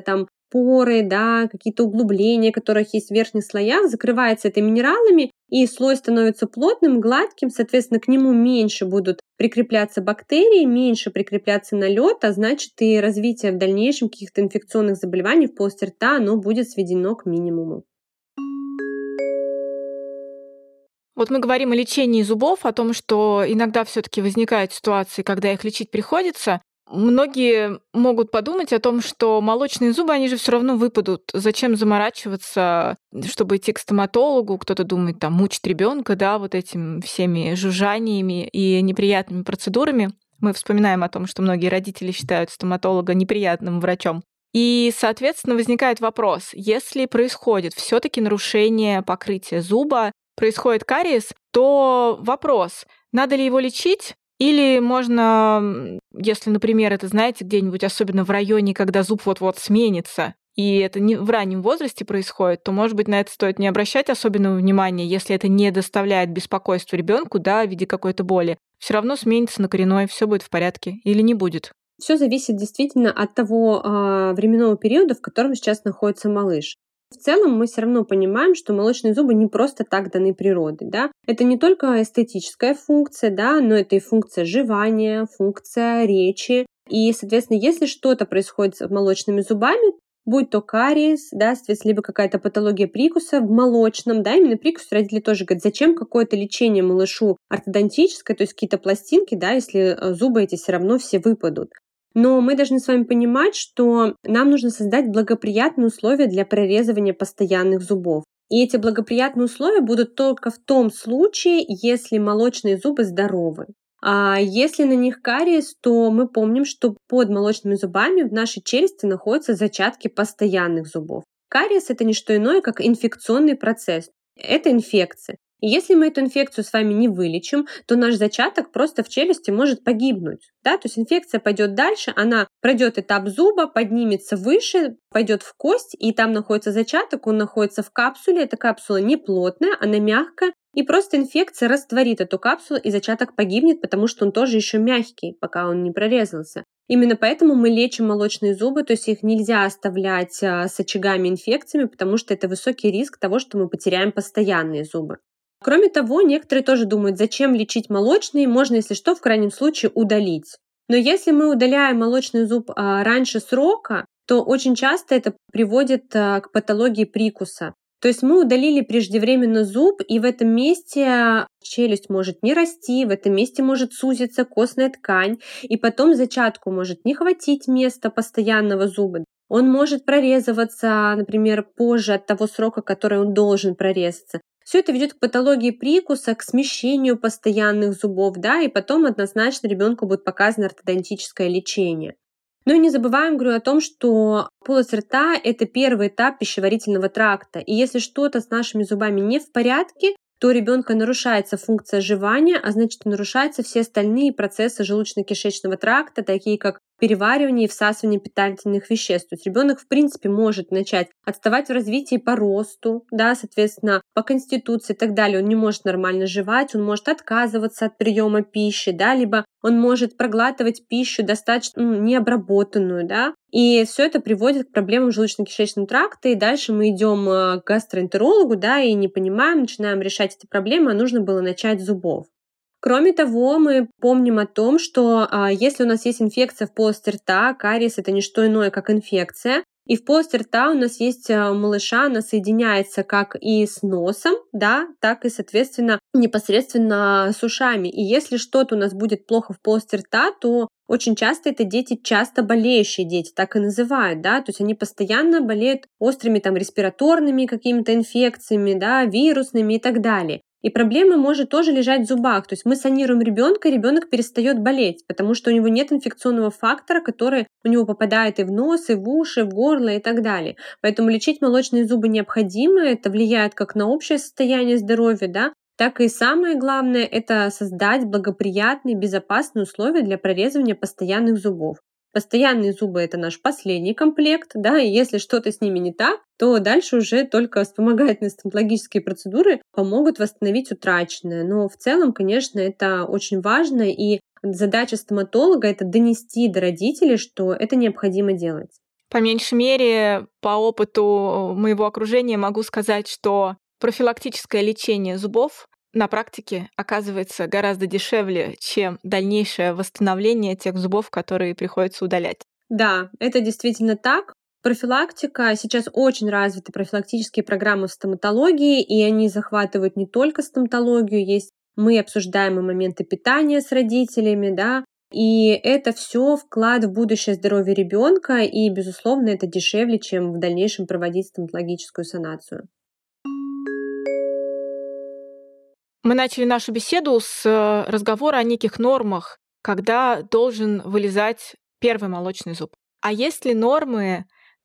поры, да, какие-то углубления, которых есть в верхних слоях, закрывается это минералами, и слой становится плотным, гладким, соответственно, к нему меньше будут прикрепляться бактерии, меньше прикрепляться налет, а значит и развитие в дальнейшем каких-то инфекционных заболеваний в полости рта, оно будет сведено к минимуму. Вот мы говорим о лечении зубов, о том, что иногда все-таки возникают ситуации, когда их лечить приходится. Многие могут подумать о том, что молочные зубы, они же все равно выпадут. Зачем заморачиваться, чтобы идти к стоматологу? Кто-то думает, там, мучить ребенка, да, вот этим всеми жужжаниями и неприятными процедурами. Мы вспоминаем о том, что многие родители считают стоматолога неприятным врачом. И, соответственно, возникает вопрос, если происходит все-таки нарушение покрытия зуба, происходит кариес, то вопрос, надо ли его лечить, или можно, если, например, это, знаете, где-нибудь, особенно в районе, когда зуб вот-вот сменится, и это не в раннем возрасте происходит, то, может быть, на это стоит не обращать особенного внимания, если это не доставляет беспокойства ребенку, да, в виде какой-то боли. Все равно сменится на коренной, все будет в порядке или не будет. Все зависит действительно от того а, временного периода, в котором сейчас находится малыш. В целом мы все равно понимаем, что молочные зубы не просто так даны природой, да. Это не только эстетическая функция, да, но это и функция жевания, функция речи. И, соответственно, если что-то происходит с молочными зубами, будь то кариес, да, соответственно, либо какая-то патология прикуса в молочном, да, именно прикус, родители тоже говорят, зачем какое-то лечение малышу ортодонтическое, то есть какие-то пластинки, да, если зубы эти все равно все выпадут. Но мы должны с вами понимать, что нам нужно создать благоприятные условия для прорезывания постоянных зубов. И эти благоприятные условия будут только в том случае, если молочные зубы здоровы. А если на них кариес, то мы помним, что под молочными зубами в нашей челюсти находятся зачатки постоянных зубов. Кариес – это не что иное, как инфекционный процесс. Это инфекция. И если мы эту инфекцию с вами не вылечим, то наш зачаток просто в челюсти может погибнуть. Да? То есть инфекция пойдет дальше, она пройдет этап зуба, поднимется выше, пойдет в кость, и там находится зачаток, он находится в капсуле. Эта капсула не плотная, она мягкая, и просто инфекция растворит эту капсулу, и зачаток погибнет, потому что он тоже еще мягкий, пока он не прорезался. Именно поэтому мы лечим молочные зубы, то есть их нельзя оставлять с очагами инфекциями, потому что это высокий риск того, что мы потеряем постоянные зубы. Кроме того, некоторые тоже думают, зачем лечить молочные, можно, если что, в крайнем случае удалить. Но если мы удаляем молочный зуб а, раньше срока, то очень часто это приводит а, к патологии прикуса. То есть мы удалили преждевременно зуб, и в этом месте челюсть может не расти, в этом месте может сузиться костная ткань, и потом зачатку может не хватить места постоянного зуба. Он может прорезываться, например, позже от того срока, который он должен прорезаться. Все это ведет к патологии прикуса, к смещению постоянных зубов, да, и потом однозначно ребенку будет показано ортодонтическое лечение. Ну и не забываем, говорю, о том, что полость рта – это первый этап пищеварительного тракта. И если что-то с нашими зубами не в порядке, то у ребенка нарушается функция жевания, а значит, нарушаются все остальные процессы желудочно-кишечного тракта, такие как переваривание и всасывание питательных веществ. То есть ребенок, в принципе, может начать отставать в развитии по росту, да, соответственно, по конституции и так далее. Он не может нормально жевать, он может отказываться от приема пищи, да, либо он может проглатывать пищу достаточно ну, необработанную, да, и все это приводит к проблемам желудочно-кишечного тракта, и дальше мы идем к гастроэнтерологу, да, и не понимаем, начинаем решать эти проблемы, а нужно было начать с зубов. Кроме того, мы помним о том, что а, если у нас есть инфекция в полости рта, кариес – это не что иное, как инфекция, и в полости рта у нас есть у малыша, она соединяется как и с носом, да, так и, соответственно, непосредственно с ушами. И если что-то у нас будет плохо в полости рта, то очень часто это дети, часто болеющие дети, так и называют, да, то есть они постоянно болеют острыми там респираторными какими-то инфекциями, да, вирусными и так далее. И проблема может тоже лежать в зубах. То есть мы санируем ребенка, ребенок перестает болеть, потому что у него нет инфекционного фактора, который у него попадает и в нос, и в уши, в горло и так далее. Поэтому лечить молочные зубы необходимо. Это влияет как на общее состояние здоровья, да, так и самое главное – это создать благоприятные, безопасные условия для прорезывания постоянных зубов. Постоянные зубы – это наш последний комплект, да, и если что-то с ними не так, то дальше уже только вспомогательные стоматологические процедуры помогут восстановить утраченное. Но в целом, конечно, это очень важно, и задача стоматолога – это донести до родителей, что это необходимо делать. По меньшей мере, по опыту моего окружения могу сказать, что профилактическое лечение зубов на практике оказывается гораздо дешевле, чем дальнейшее восстановление тех зубов, которые приходится удалять. Да, это действительно так. Профилактика. Сейчас очень развиты профилактические программы в стоматологии, и они захватывают не только стоматологию. Есть мы обсуждаем и моменты питания с родителями, да, и это все вклад в будущее здоровье ребенка, и, безусловно, это дешевле, чем в дальнейшем проводить стоматологическую санацию. Мы начали нашу беседу с э, разговора о неких нормах, когда должен вылезать первый молочный зуб. А есть ли нормы,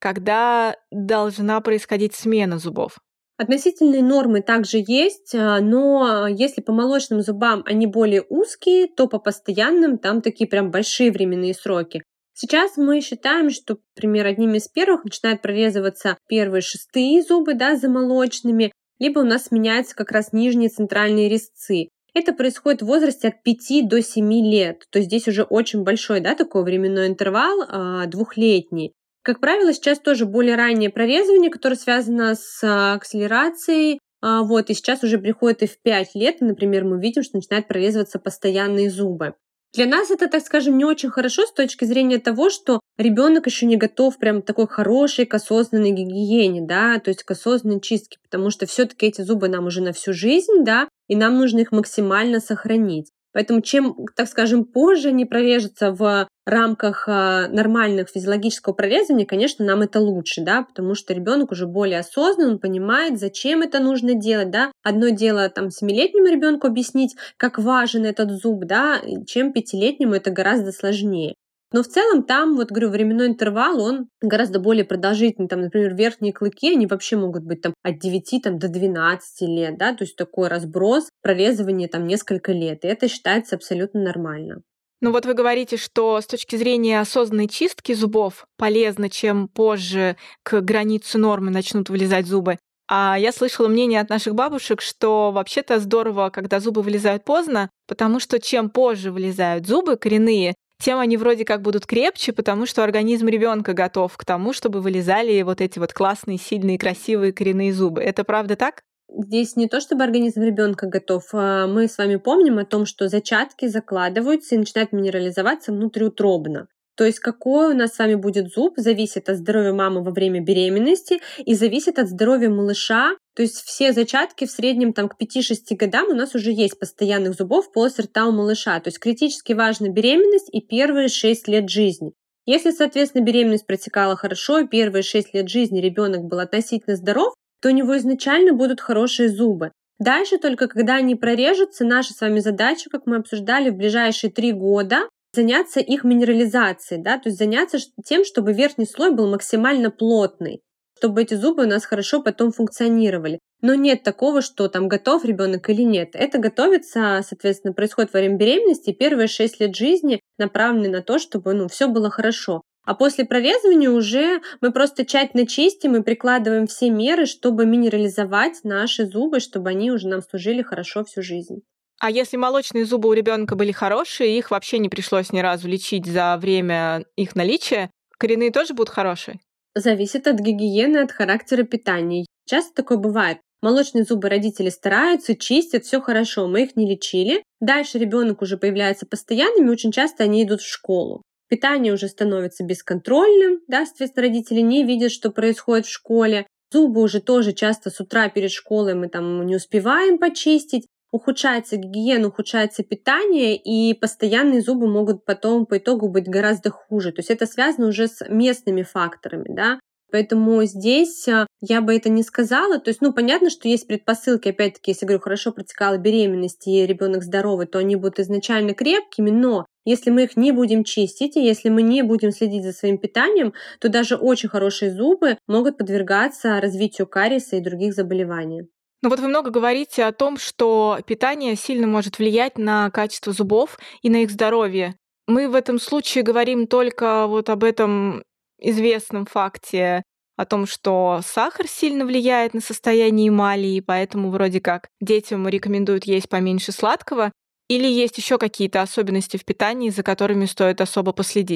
когда должна происходить смена зубов? Относительные нормы также есть, а, но если по молочным зубам они более узкие, то по постоянным там такие прям большие временные сроки. Сейчас мы считаем, что, например, одними из первых начинают прорезываться первые шестые зубы, да, за молочными, либо у нас меняются как раз нижние центральные резцы. Это происходит в возрасте от пяти до семи лет, то есть здесь уже очень большой, да, такой временной интервал, а, двухлетний. Как правило, сейчас тоже более раннее прорезывание, которое связано с а, акселерацией. А, Вот, и сейчас уже приходит и в пять лет, например, мы видим, что начинают прорезываться постоянные зубы. Для нас это, так скажем, не очень хорошо с точки зрения того, что ребенок еще не готов прям к такой хорошей, к осознанной гигиене, да, то есть к осознанной чистке, потому что все-таки эти зубы нам уже на всю жизнь, да, и нам нужно их максимально сохранить. Поэтому чем, так скажем, позже они прорежутся в рамках а, нормальных физиологического прорезывания, конечно, нам это лучше, да, потому что ребенок уже более осознанный, он понимает, зачем это нужно делать, да. Одно дело там семилетнему ребенку объяснить, как важен этот зуб, да, чем пятилетнему это гораздо сложнее. Но в целом там, вот говорю, временной интервал, он гораздо более продолжительный. Там, например, верхние клыки, они вообще могут быть там от девяти там, до двенадцати лет, да, то есть такой разброс, прорезывание там несколько лет. И это считается абсолютно нормально. Ну вот вы говорите, что с точки зрения осознанной чистки зубов полезно, чем позже к границе нормы начнут вылезать зубы. А я слышала мнение от наших бабушек, что вообще-то здорово, когда зубы вылезают поздно, потому что чем позже вылезают зубы коренные, тем они вроде как будут крепче, потому что организм ребенка готов к тому, чтобы вылезали вот эти вот классные, сильные, красивые коренные зубы. Это правда так? Здесь не то, чтобы организм ребенка готов. а Мы с вами помним о том, что зачатки закладываются и начинают минерализоваться внутриутробно. То есть какой у нас с вами будет зуб, зависит от здоровья мамы во время беременности и зависит от здоровья малыша. То есть все зачатки в среднем там, к пяти-шести годам у нас уже есть постоянных зубов в полости рта у малыша. То есть критически важна беременность и первые шесть лет жизни. Если, соответственно, беременность протекала хорошо, и первые шесть лет жизни ребенок был относительно здоров, то у него изначально будут хорошие зубы. Дальше только когда они прорежутся, наша с вами задача, как мы обсуждали, в ближайшие три года заняться их минерализацией, да, то есть заняться тем, чтобы верхний слой был максимально плотный, чтобы эти зубы у нас хорошо потом функционировали. Но нет такого, что там готов ребенок или нет. Это готовится, соответственно, происходит во время беременности, и первые шесть лет жизни направлены на то, чтобы ну, все было хорошо. А после прорезывания уже мы просто тщательно чистим и прикладываем все меры, чтобы минерализовать наши зубы, чтобы они уже нам служили хорошо всю жизнь. А если молочные зубы у ребенка были хорошие, их вообще не пришлось ни разу лечить за время их наличия, коренные тоже будут хорошие? Зависит от гигиены, от характера питания. Часто такое бывает. Молочные зубы родители стараются, чистят, все хорошо, мы их не лечили. Дальше ребенок уже появляется постоянными, очень часто они идут в школу. Питание уже становится бесконтрольным, да, соответственно, родители не видят, что происходит в школе. Зубы уже тоже часто с утра перед школой мы там не успеваем почистить. Ухудшается гигиена, ухудшается питание, и постоянные зубы могут потом по итогу быть гораздо хуже. То есть это связано уже с местными факторами, да. Поэтому здесь а, я бы это не сказала. То есть, ну, понятно, что есть предпосылки, опять-таки, если, говорю, хорошо протекала беременность и ребенок здоровый, то они будут изначально крепкими, но если мы их не будем чистить, и если мы не будем следить за своим питанием, то даже очень хорошие зубы могут подвергаться развитию кариеса и других заболеваний. Ну вот вы много говорите о том, что питание сильно может влиять на качество зубов и на их здоровье. Мы в этом случае говорим только вот об этом известном факте, о том, что сахар сильно влияет на состояние эмали, и поэтому вроде как детям рекомендуют есть поменьше сладкого, или есть еще какие-то особенности в питании, за которыми стоит особо последить?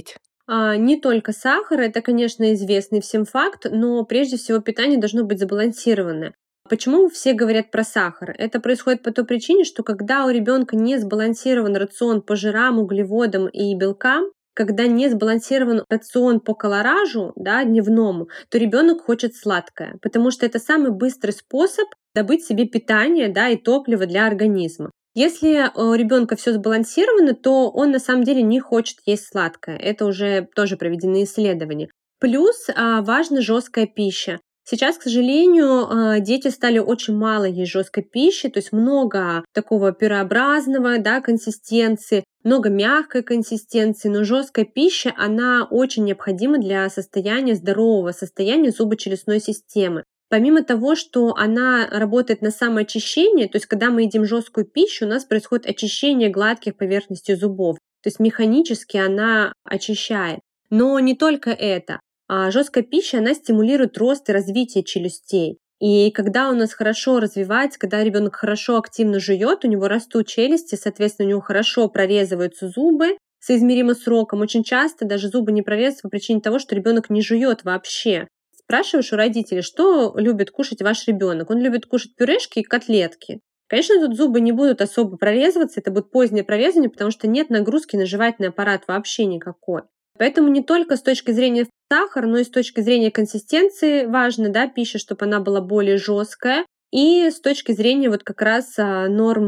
А, не только сахар, это, конечно, известный всем факт, но прежде всего питание должно быть сбалансированное. Почему все говорят про сахар? Это происходит по той причине, что когда у ребенка не сбалансирован рацион по жирам, углеводам и белкам, когда не сбалансирован рацион по колоражу, да, дневному, то ребенок хочет сладкое, потому что это самый быстрый способ добыть себе питание, да, и топливо для организма. Если у ребенка все сбалансировано, то он на самом деле не хочет есть сладкое. Это уже тоже проведены исследования. Плюс а, важна жесткая пища. Сейчас, к сожалению, а, дети стали очень мало есть жесткой пищи, то есть много такого пюреобразного, да, консистенции, много мягкой консистенции, но жесткая пища, она очень необходима для состояния здорового состояния зубочелюстной системы. Помимо того, что она работает на самоочищение, то есть когда мы едим жесткую пищу, у нас происходит очищение гладких поверхностей зубов, то есть механически она очищает. Но не только это. А жесткая пища, она стимулирует рост и развитие челюстей. И когда у нас хорошо развивается, когда ребенок хорошо активно жует, у него растут челюсти, соответственно, у него хорошо прорезываются зубы соизмеримо с роком. Очень часто даже зубы не прорезаются по причине того, что ребенок не жует вообще. Спрашиваешь у родителей, что любит кушать ваш ребенок? Он любит кушать пюрешки и котлетки. Конечно, тут зубы не будут особо прорезываться, это будет позднее прорезывание, потому что нет нагрузки на жевательный аппарат вообще никакой. Поэтому не только с точки зрения сахара, но и с точки зрения консистенции важно, да, пища, чтобы она была более жесткая. И с точки зрения вот как раз а,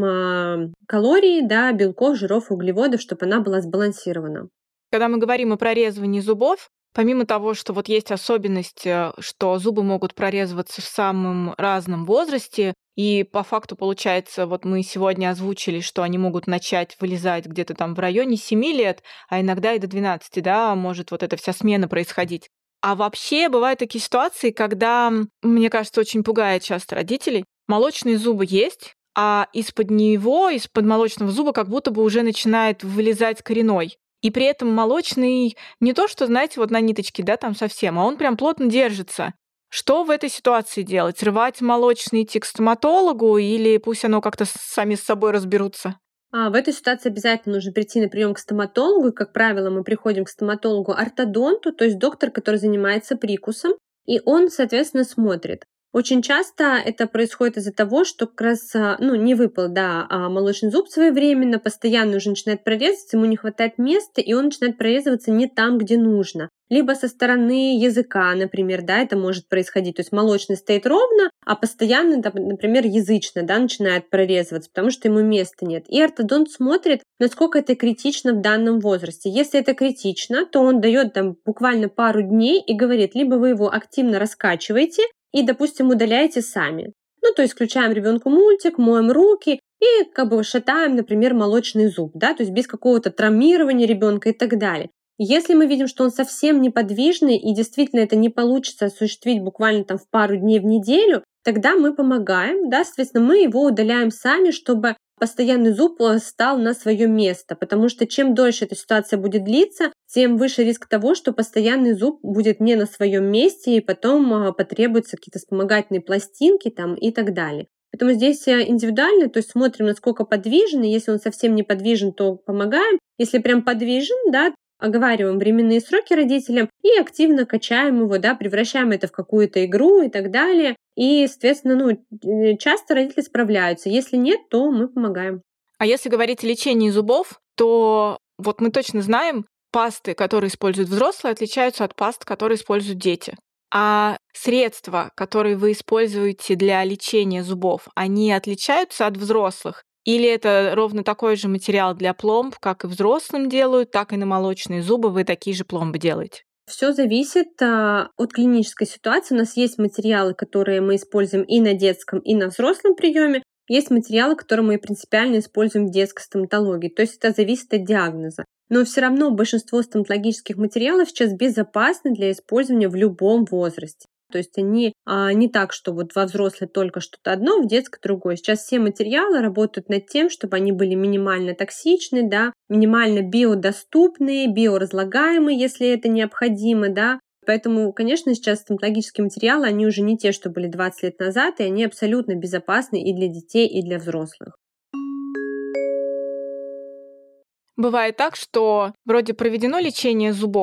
норма калорий, да, белков, жиров, углеводов, чтобы она была сбалансирована. Когда мы говорим о прорезывании зубов, помимо того, что вот есть особенность, э, что зубы могут прорезываться в самом разном возрасте, и по факту получается, вот мы сегодня озвучили, что они могут начать вылезать где-то там в районе семи лет, а иногда и до двенадцати, да, может вот эта вся смена происходить. А вообще бывают такие ситуации, когда, м, мне кажется, очень пугает часто родителей. Молочные зубы есть, а из-под него, из-под молочного зуба как будто бы уже начинает вылезать коренной. И при этом молочный не то, что, знаете, вот на ниточке, да, там совсем, а он прям плотно держится. Что в этой ситуации делать? Рвать молочный, идти к стоматологу или пусть оно как-то с- сами с собой разберутся? А, В этой ситуации обязательно нужно прийти на прием к стоматологу. И, как правило, мы приходим к стоматологу-ортодонту, то есть доктор, который занимается прикусом, и он, соответственно, смотрит. Очень часто это происходит из-за того, что как раз а, ну, не выпал да, а, молочный зуб своевременно, постоянно уже начинает прорезаться, ему не хватает места, и он начинает прорезываться не там, где нужно. Либо со стороны языка, например, да, это может происходить. То есть молочный стоит ровно, а постоянно, да, например, язычно, да, начинает прорезываться, потому что ему места нет. И ортодонт смотрит, насколько это критично в данном возрасте. Если это критично, то он дает там буквально пару дней и говорит, либо вы его активно раскачиваете и, допустим, удаляете сами. Ну, то есть включаем ребенку мультик, моем руки и как бы шатаем, например, молочный зуб, да, то есть без какого-то травмирования ребенка и так далее. Если мы видим, что он совсем неподвижный и действительно это не получится осуществить буквально там в пару дней в неделю, тогда мы помогаем, да, соответственно, мы его удаляем сами, чтобы постоянный зуб э, стал на свое место, потому что чем дольше эта ситуация будет длиться, тем выше риск того, что постоянный зуб будет не на своем месте и потом а, потребуются какие-то вспомогательные пластинки там и так далее. Поэтому здесь э, индивидуально, то есть смотрим, насколько подвижен, и если он совсем не подвижен, то помогаем. Если прям подвижен, да, оговариваем временные сроки родителям и активно качаем его, да, превращаем это в какую-то игру и так далее. И, соответственно, ну, э, часто родители справляются. Если нет, то мы помогаем. А если говорить о лечении зубов, то вот мы точно знаем, пасты, которые используют взрослые, отличаются от паст, которые используют дети. А средства, которые вы используете для лечения зубов, они отличаются от взрослых? Или это ровно такой же материал для пломб, как и взрослым делают, так и на молочные зубы вы такие же пломбы делаете? Все зависит а, от клинической ситуации. У нас есть материалы, которые мы используем и на детском, и на взрослом приеме. Есть материалы, которые мы принципиально используем в детской стоматологии. То есть это зависит от диагноза. Но все равно большинство стоматологических материалов сейчас безопасны для использования в любом возрасте. То есть они а, не так, что вот во взрослой только что-то одно, в детской другое. Сейчас все материалы работают над тем, чтобы они были минимально токсичны, да, минимально биодоступные, биоразлагаемые, если это необходимо, да. Поэтому, конечно, сейчас стоматологические материалы, они уже не те, что были двадцать лет назад, и они абсолютно безопасны и для детей, и для взрослых. Бывает так, что вроде проведено лечение зубов,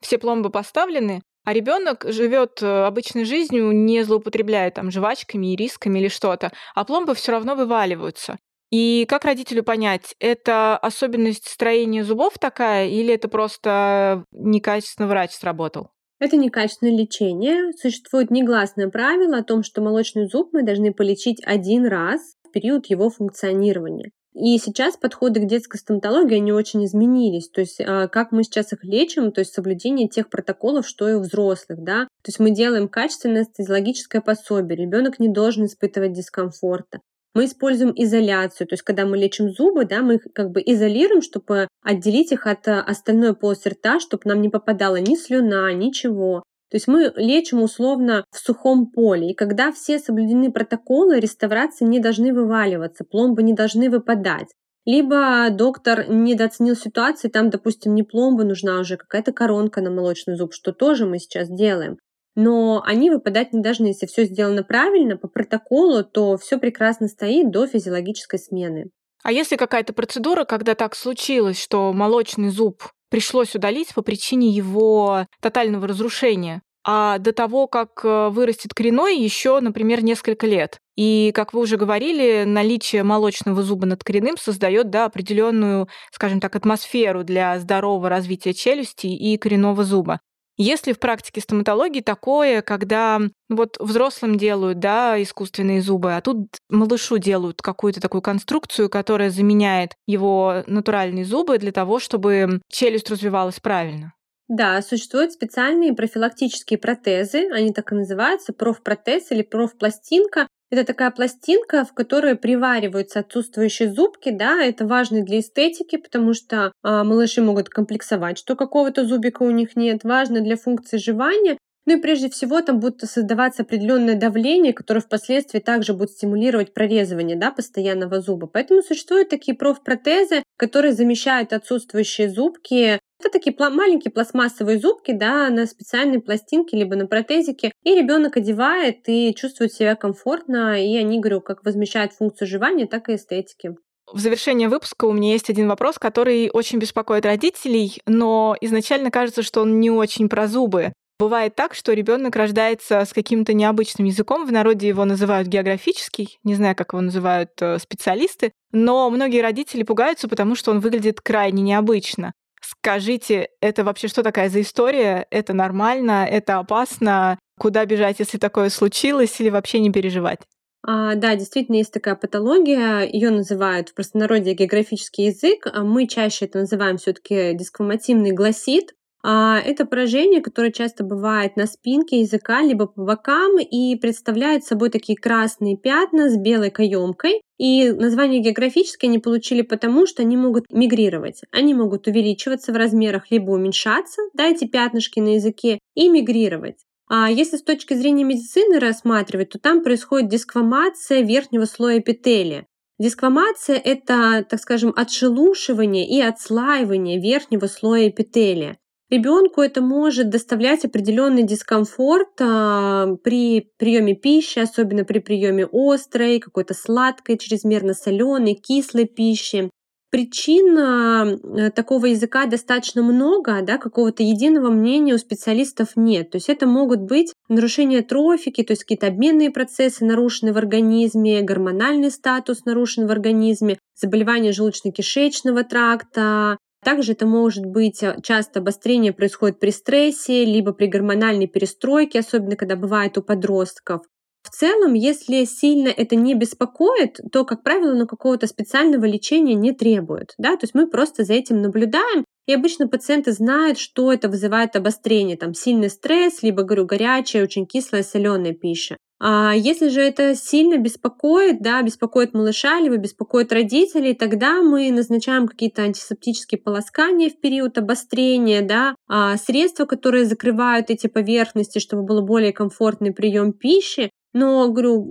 все пломбы поставлены, а ребенок живет обычной жизнью, не злоупотребляя там жвачками, ирисками или что-то, а пломбы все равно вываливаются. И как родителю понять, это особенность строения зубов такая, или это просто некачественно врач сработал? Это некачественное лечение. Существует негласное правило о том, что молочный зуб мы должны полечить один раз в период его функционирования. И сейчас подходы к детской стоматологии, они очень изменились. То есть а, как мы сейчас их лечим, то есть соблюдение тех протоколов, что и у взрослых, да. То есть мы делаем качественное стоматологическое пособие, ребенок не должен испытывать дискомфорта. Мы используем изоляцию, то есть когда мы лечим зубы, да, мы их как бы изолируем, чтобы отделить их от а, остальной полости рта, чтобы нам не попадала ни слюна, ничего. То есть мы лечим условно в сухом поле. И когда все соблюдены протоколы, реставрации не должны вываливаться, пломбы не должны выпадать. Либо доктор недооценил ситуацию, там, допустим, не пломба нужна уже, какая-то коронка на молочный зуб, что тоже мы сейчас делаем. Но они выпадать не должны. Если все сделано правильно, по протоколу, то все прекрасно стоит до физиологической смены. А если какая-то процедура, когда так случилось, что молочный зуб пришлось удалить по причине его тотального разрушения, а до того, как вырастет коренной, еще, например, несколько лет. И, как вы уже говорили, наличие молочного зуба над коренным создает, да, определенную, скажем так, атмосферу для здорового развития челюсти и коренного зуба. Есть ли в практике стоматологии такое, когда вот взрослым делают, да, искусственные зубы, а тут малышу делают какую-то такую конструкцию, которая заменяет его натуральные зубы для того, чтобы челюсть развивалась правильно? Да, существуют специальные профилактические протезы, они так и называются, профпротез или профпластинка. Это такая пластинка, в которой привариваются отсутствующие зубки, да, это важно для эстетики, потому что а, малыши могут комплексовать, что какого-то зубика у них нет, важно для функции жевания. Ну и прежде всего там будет создаваться определенное давление, которое впоследствии также будет стимулировать прорезывание, да, постоянного зуба. Поэтому существуют такие профпротезы, которые замещают отсутствующие зубки. Это такие пла- маленькие пластмассовые зубки, да, на специальной пластинке либо на протезике. И ребенок одевает и чувствует себя комфортно, и они, говорю, как возмещают функцию жевания, так и эстетики. В завершение выпуска у меня есть один вопрос, который очень беспокоит родителей, но изначально кажется, что он не очень про зубы. Бывает так, что ребенок рождается с каким-то необычным языком, в народе его называют географический, не знаю, как его называют э, специалисты, но многие родители пугаются, потому что он выглядит крайне необычно. Скажите, это вообще что такая за история? Это нормально? Это опасно? Куда бежать, если такое случилось, или вообще не переживать? А, да, действительно есть такая патология, ее называют в простонародье географический язык, а мы чаще это называем все-таки дисквамативный гласит. А, это поражение, которое часто бывает на спинке языка, либо по бокам, и представляет собой такие красные пятна с белой каемкой. И название географическое они получили потому, что они могут мигрировать. Они могут увеличиваться в размерах, либо уменьшаться, да, эти пятнышки на языке, и мигрировать. А если с точки зрения медицины рассматривать, то там происходит дисквамация верхнего слоя эпителия. Дисквамация — это, так скажем, отшелушивание и отслаивание верхнего слоя эпителия. Ребенку это может доставлять определенный дискомфорт а, при приеме пищи, особенно при приеме острой, какой-то сладкой, чрезмерно соленой, кислой пищи. Причин а, э, такого языка достаточно много, да, какого-то единого мнения у специалистов нет. То есть это могут быть нарушения трофики, то есть какие-то обменные процессы нарушены в организме, гормональный статус нарушен в организме, заболевания желудочно-кишечного тракта. Также это может быть а, часто обострение происходит при стрессе, либо при гормональной перестройке, особенно когда бывает у подростков. В целом, если сильно это не беспокоит, то, как правило, ну, какого-то специального лечения не требует. Да? То есть мы просто за этим наблюдаем, и обычно пациенты знают, что это вызывает обострение. Там сильный стресс, либо, говорю, горячая, очень кислая, соленая пища. А если же это сильно беспокоит, да, беспокоит малыша, либо беспокоит родителей, тогда мы назначаем какие-то антисептические полоскания в период обострения, да, а средства, которые закрывают эти поверхности, чтобы был более комфортный прием пищи. Но, говорю,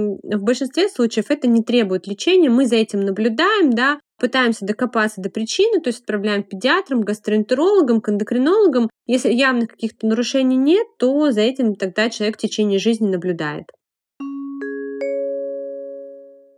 в большинстве случаев это не требует лечения, мы за этим наблюдаем, да, пытаемся докопаться до причины, то есть отправляем к педиатрам, гастроэнтерологам, к эндокринологам. Если явных каких-то нарушений нет, то за этим тогда человек в течение жизни наблюдает.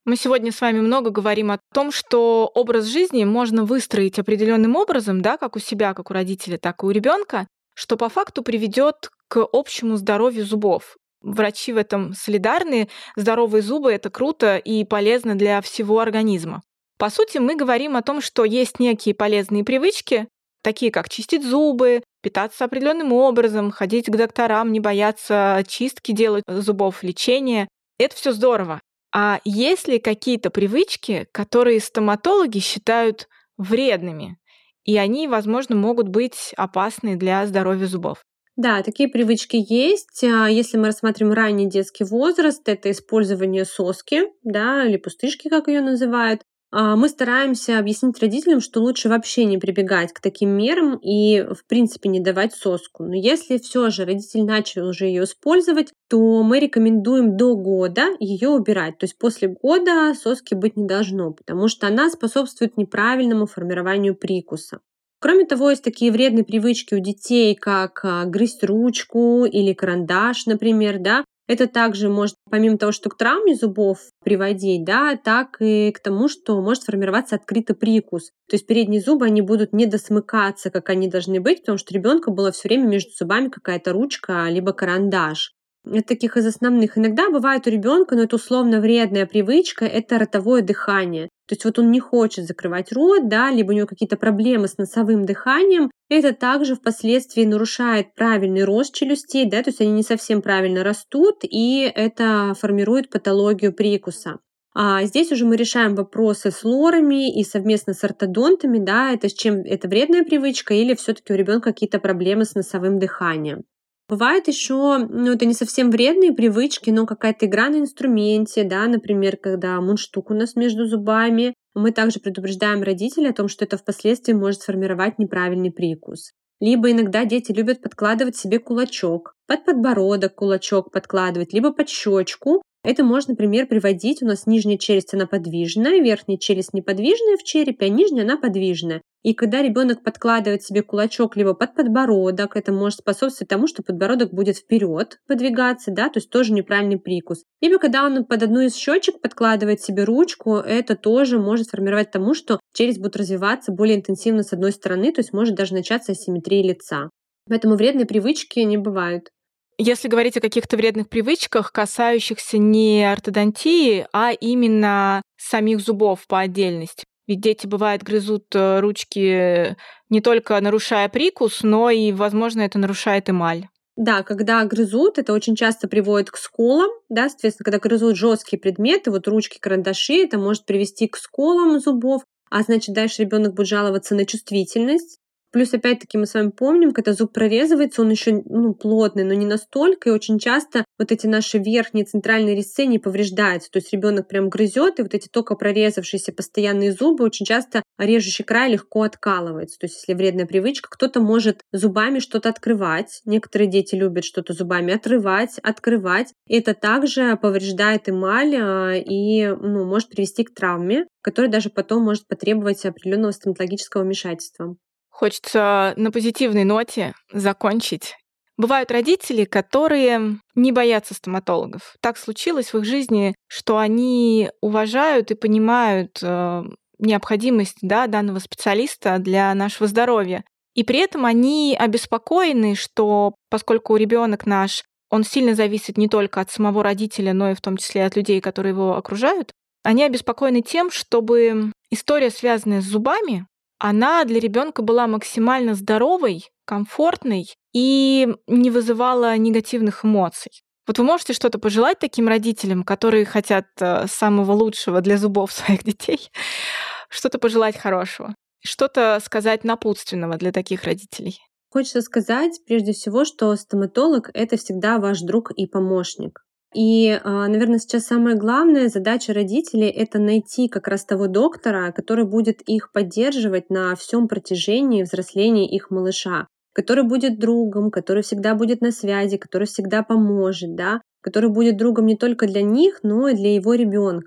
Мы сегодня с вами много говорим о том, что образ жизни можно выстроить определенным образом, да, как у себя, как у родителя, так и у ребенка, что по факту приведет к общему здоровью зубов. Врачи в этом солидарны. Здоровые зубы — это круто и полезно для всего организма. По сути, мы говорим о том, что есть некие полезные привычки, такие как чистить зубы, питаться определенным образом, ходить к докторам, не бояться чистки делать зубов, лечения. Это все здорово. А есть ли какие-то привычки, которые стоматологи считают вредными, и они, возможно, могут быть опасны для здоровья зубов? Да, такие привычки есть. А, Если мы рассматриваем ранний детский возраст, это использование соски, да, или пустышки, как ее называют. А, Мы стараемся объяснить родителям, что лучше вообще не прибегать к таким мерам и, в принципе, не давать соску. Но если все же родитель начал уже ее использовать, то мы рекомендуем до года ее убирать. То есть после года соски быть не должно, потому что она способствует неправильному формированию прикуса. Кроме того, есть такие вредные привычки у детей, как а, грызть ручку или карандаш, например, да. Это также может, помимо того, что к травме зубов приводить, да, так и к тому, что может формироваться открытый прикус. То есть передние зубы, они будут не досмыкаться, как они должны быть, потому что у ребенка было все время между зубами какая-то ручка, либо карандаш. Это таких из основных. Иногда бывает у ребенка, но это условно вредная привычка, это ротовое дыхание. То есть вот он не хочет закрывать рот, да, либо у него какие-то проблемы с носовым дыханием. Это также впоследствии нарушает правильный рост челюстей, да, то есть они не совсем правильно растут, и это формирует патологию прикуса. А здесь уже мы решаем вопросы с лорами и совместно с ортодонтами, да, это с чем это вредная привычка или все-таки у ребенка какие-то проблемы с носовым дыханием. Бывает еще, ну, это не совсем вредные привычки, но какая-то игра на инструменте, да, например, когда мундштук у нас между зубами. Мы также предупреждаем родителей о том, что это впоследствии может сформировать неправильный прикус. Либо иногда дети любят подкладывать себе кулачок, под подбородок кулачок подкладывать, либо под щечку. Это может, например, приводить, у нас нижняя челюсть, она подвижная, верхняя челюсть неподвижная в черепе, а нижняя, она подвижная. И когда ребенок подкладывает себе кулачок либо под подбородок, это может способствовать тому, что подбородок будет вперед подвигаться, да, то есть тоже неправильный прикус. Либо когда он под одну из щечек подкладывает себе ручку, это тоже может формировать тому, что челюсть будет развиваться более интенсивно с одной стороны, то есть может даже начаться асимметрия лица. Поэтому вредные привычки не бывают. Если говорить о каких-то вредных привычках, касающихся не ортодонтии, а именно самих зубов по отдельности. Ведь дети, бывает, грызут э, ручки, не только нарушая прикус, но и, возможно, это нарушает эмаль. Да, когда грызут, это очень часто приводит к сколам, да, соответственно, когда грызут жесткие предметы, вот ручки, карандаши, это может привести к сколам зубов, а значит, дальше ребенок будет жаловаться на чувствительность. Плюс, опять-таки, мы с вами помним, когда зуб прорезывается, он еще ну, плотный, но не настолько, и очень часто вот эти наши верхние центральные резцы не повреждаются. То есть ребенок прям грызет, и вот эти только прорезавшиеся постоянные зубы очень часто режущий край легко откалывается. То есть если вредная привычка, кто-то может зубами что-то открывать. Некоторые дети любят что-то зубами отрывать, открывать. И это также повреждает эмаль а, и ну, может привести к травме, которая даже потом может потребовать определенного стоматологического вмешательства. Хочется на позитивной ноте закончить. Бывают родители, которые не боятся стоматологов. Так случилось в их жизни, что они уважают и понимают э, необходимость, да, данного специалиста для нашего здоровья. И при этом они обеспокоены, что поскольку ребенок наш, он сильно зависит не только от самого родителя, но и в том числе от людей, которые его окружают, они обеспокоены тем, чтобы история, связанная с зубами, она для ребенка была максимально здоровой, комфортной и не вызывала негативных эмоций. Вот вы можете что-то пожелать таким родителям, которые хотят э, самого лучшего для зубов своих детей, что-то пожелать хорошего, что-то сказать напутственного для таких родителей? Хочется сказать, прежде всего, что стоматолог — это всегда ваш друг и помощник. И, наверное, сейчас самая главная задача родителей — это найти как раз того доктора, который будет их поддерживать на всем протяжении взросления их малыша, который будет другом, который всегда будет на связи, который всегда поможет, да, который будет другом не только для них, но и для его ребенка.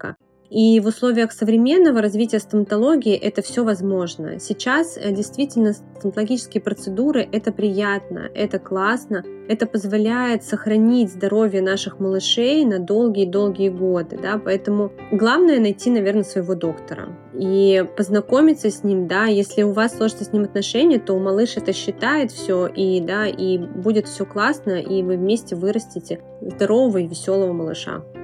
И в условиях современного развития стоматологии это все возможно. Сейчас э, действительно стоматологические процедуры — это приятно, это классно, это позволяет сохранить здоровье наших малышей на долгие-долгие годы. Да? Поэтому главное найти, наверное, своего доктора и познакомиться с ним. Да? Если у вас сложатся с ним отношения, то малыш это считает все, и, да, и будет все классно, и вы вместе вырастите здорового и веселого малыша.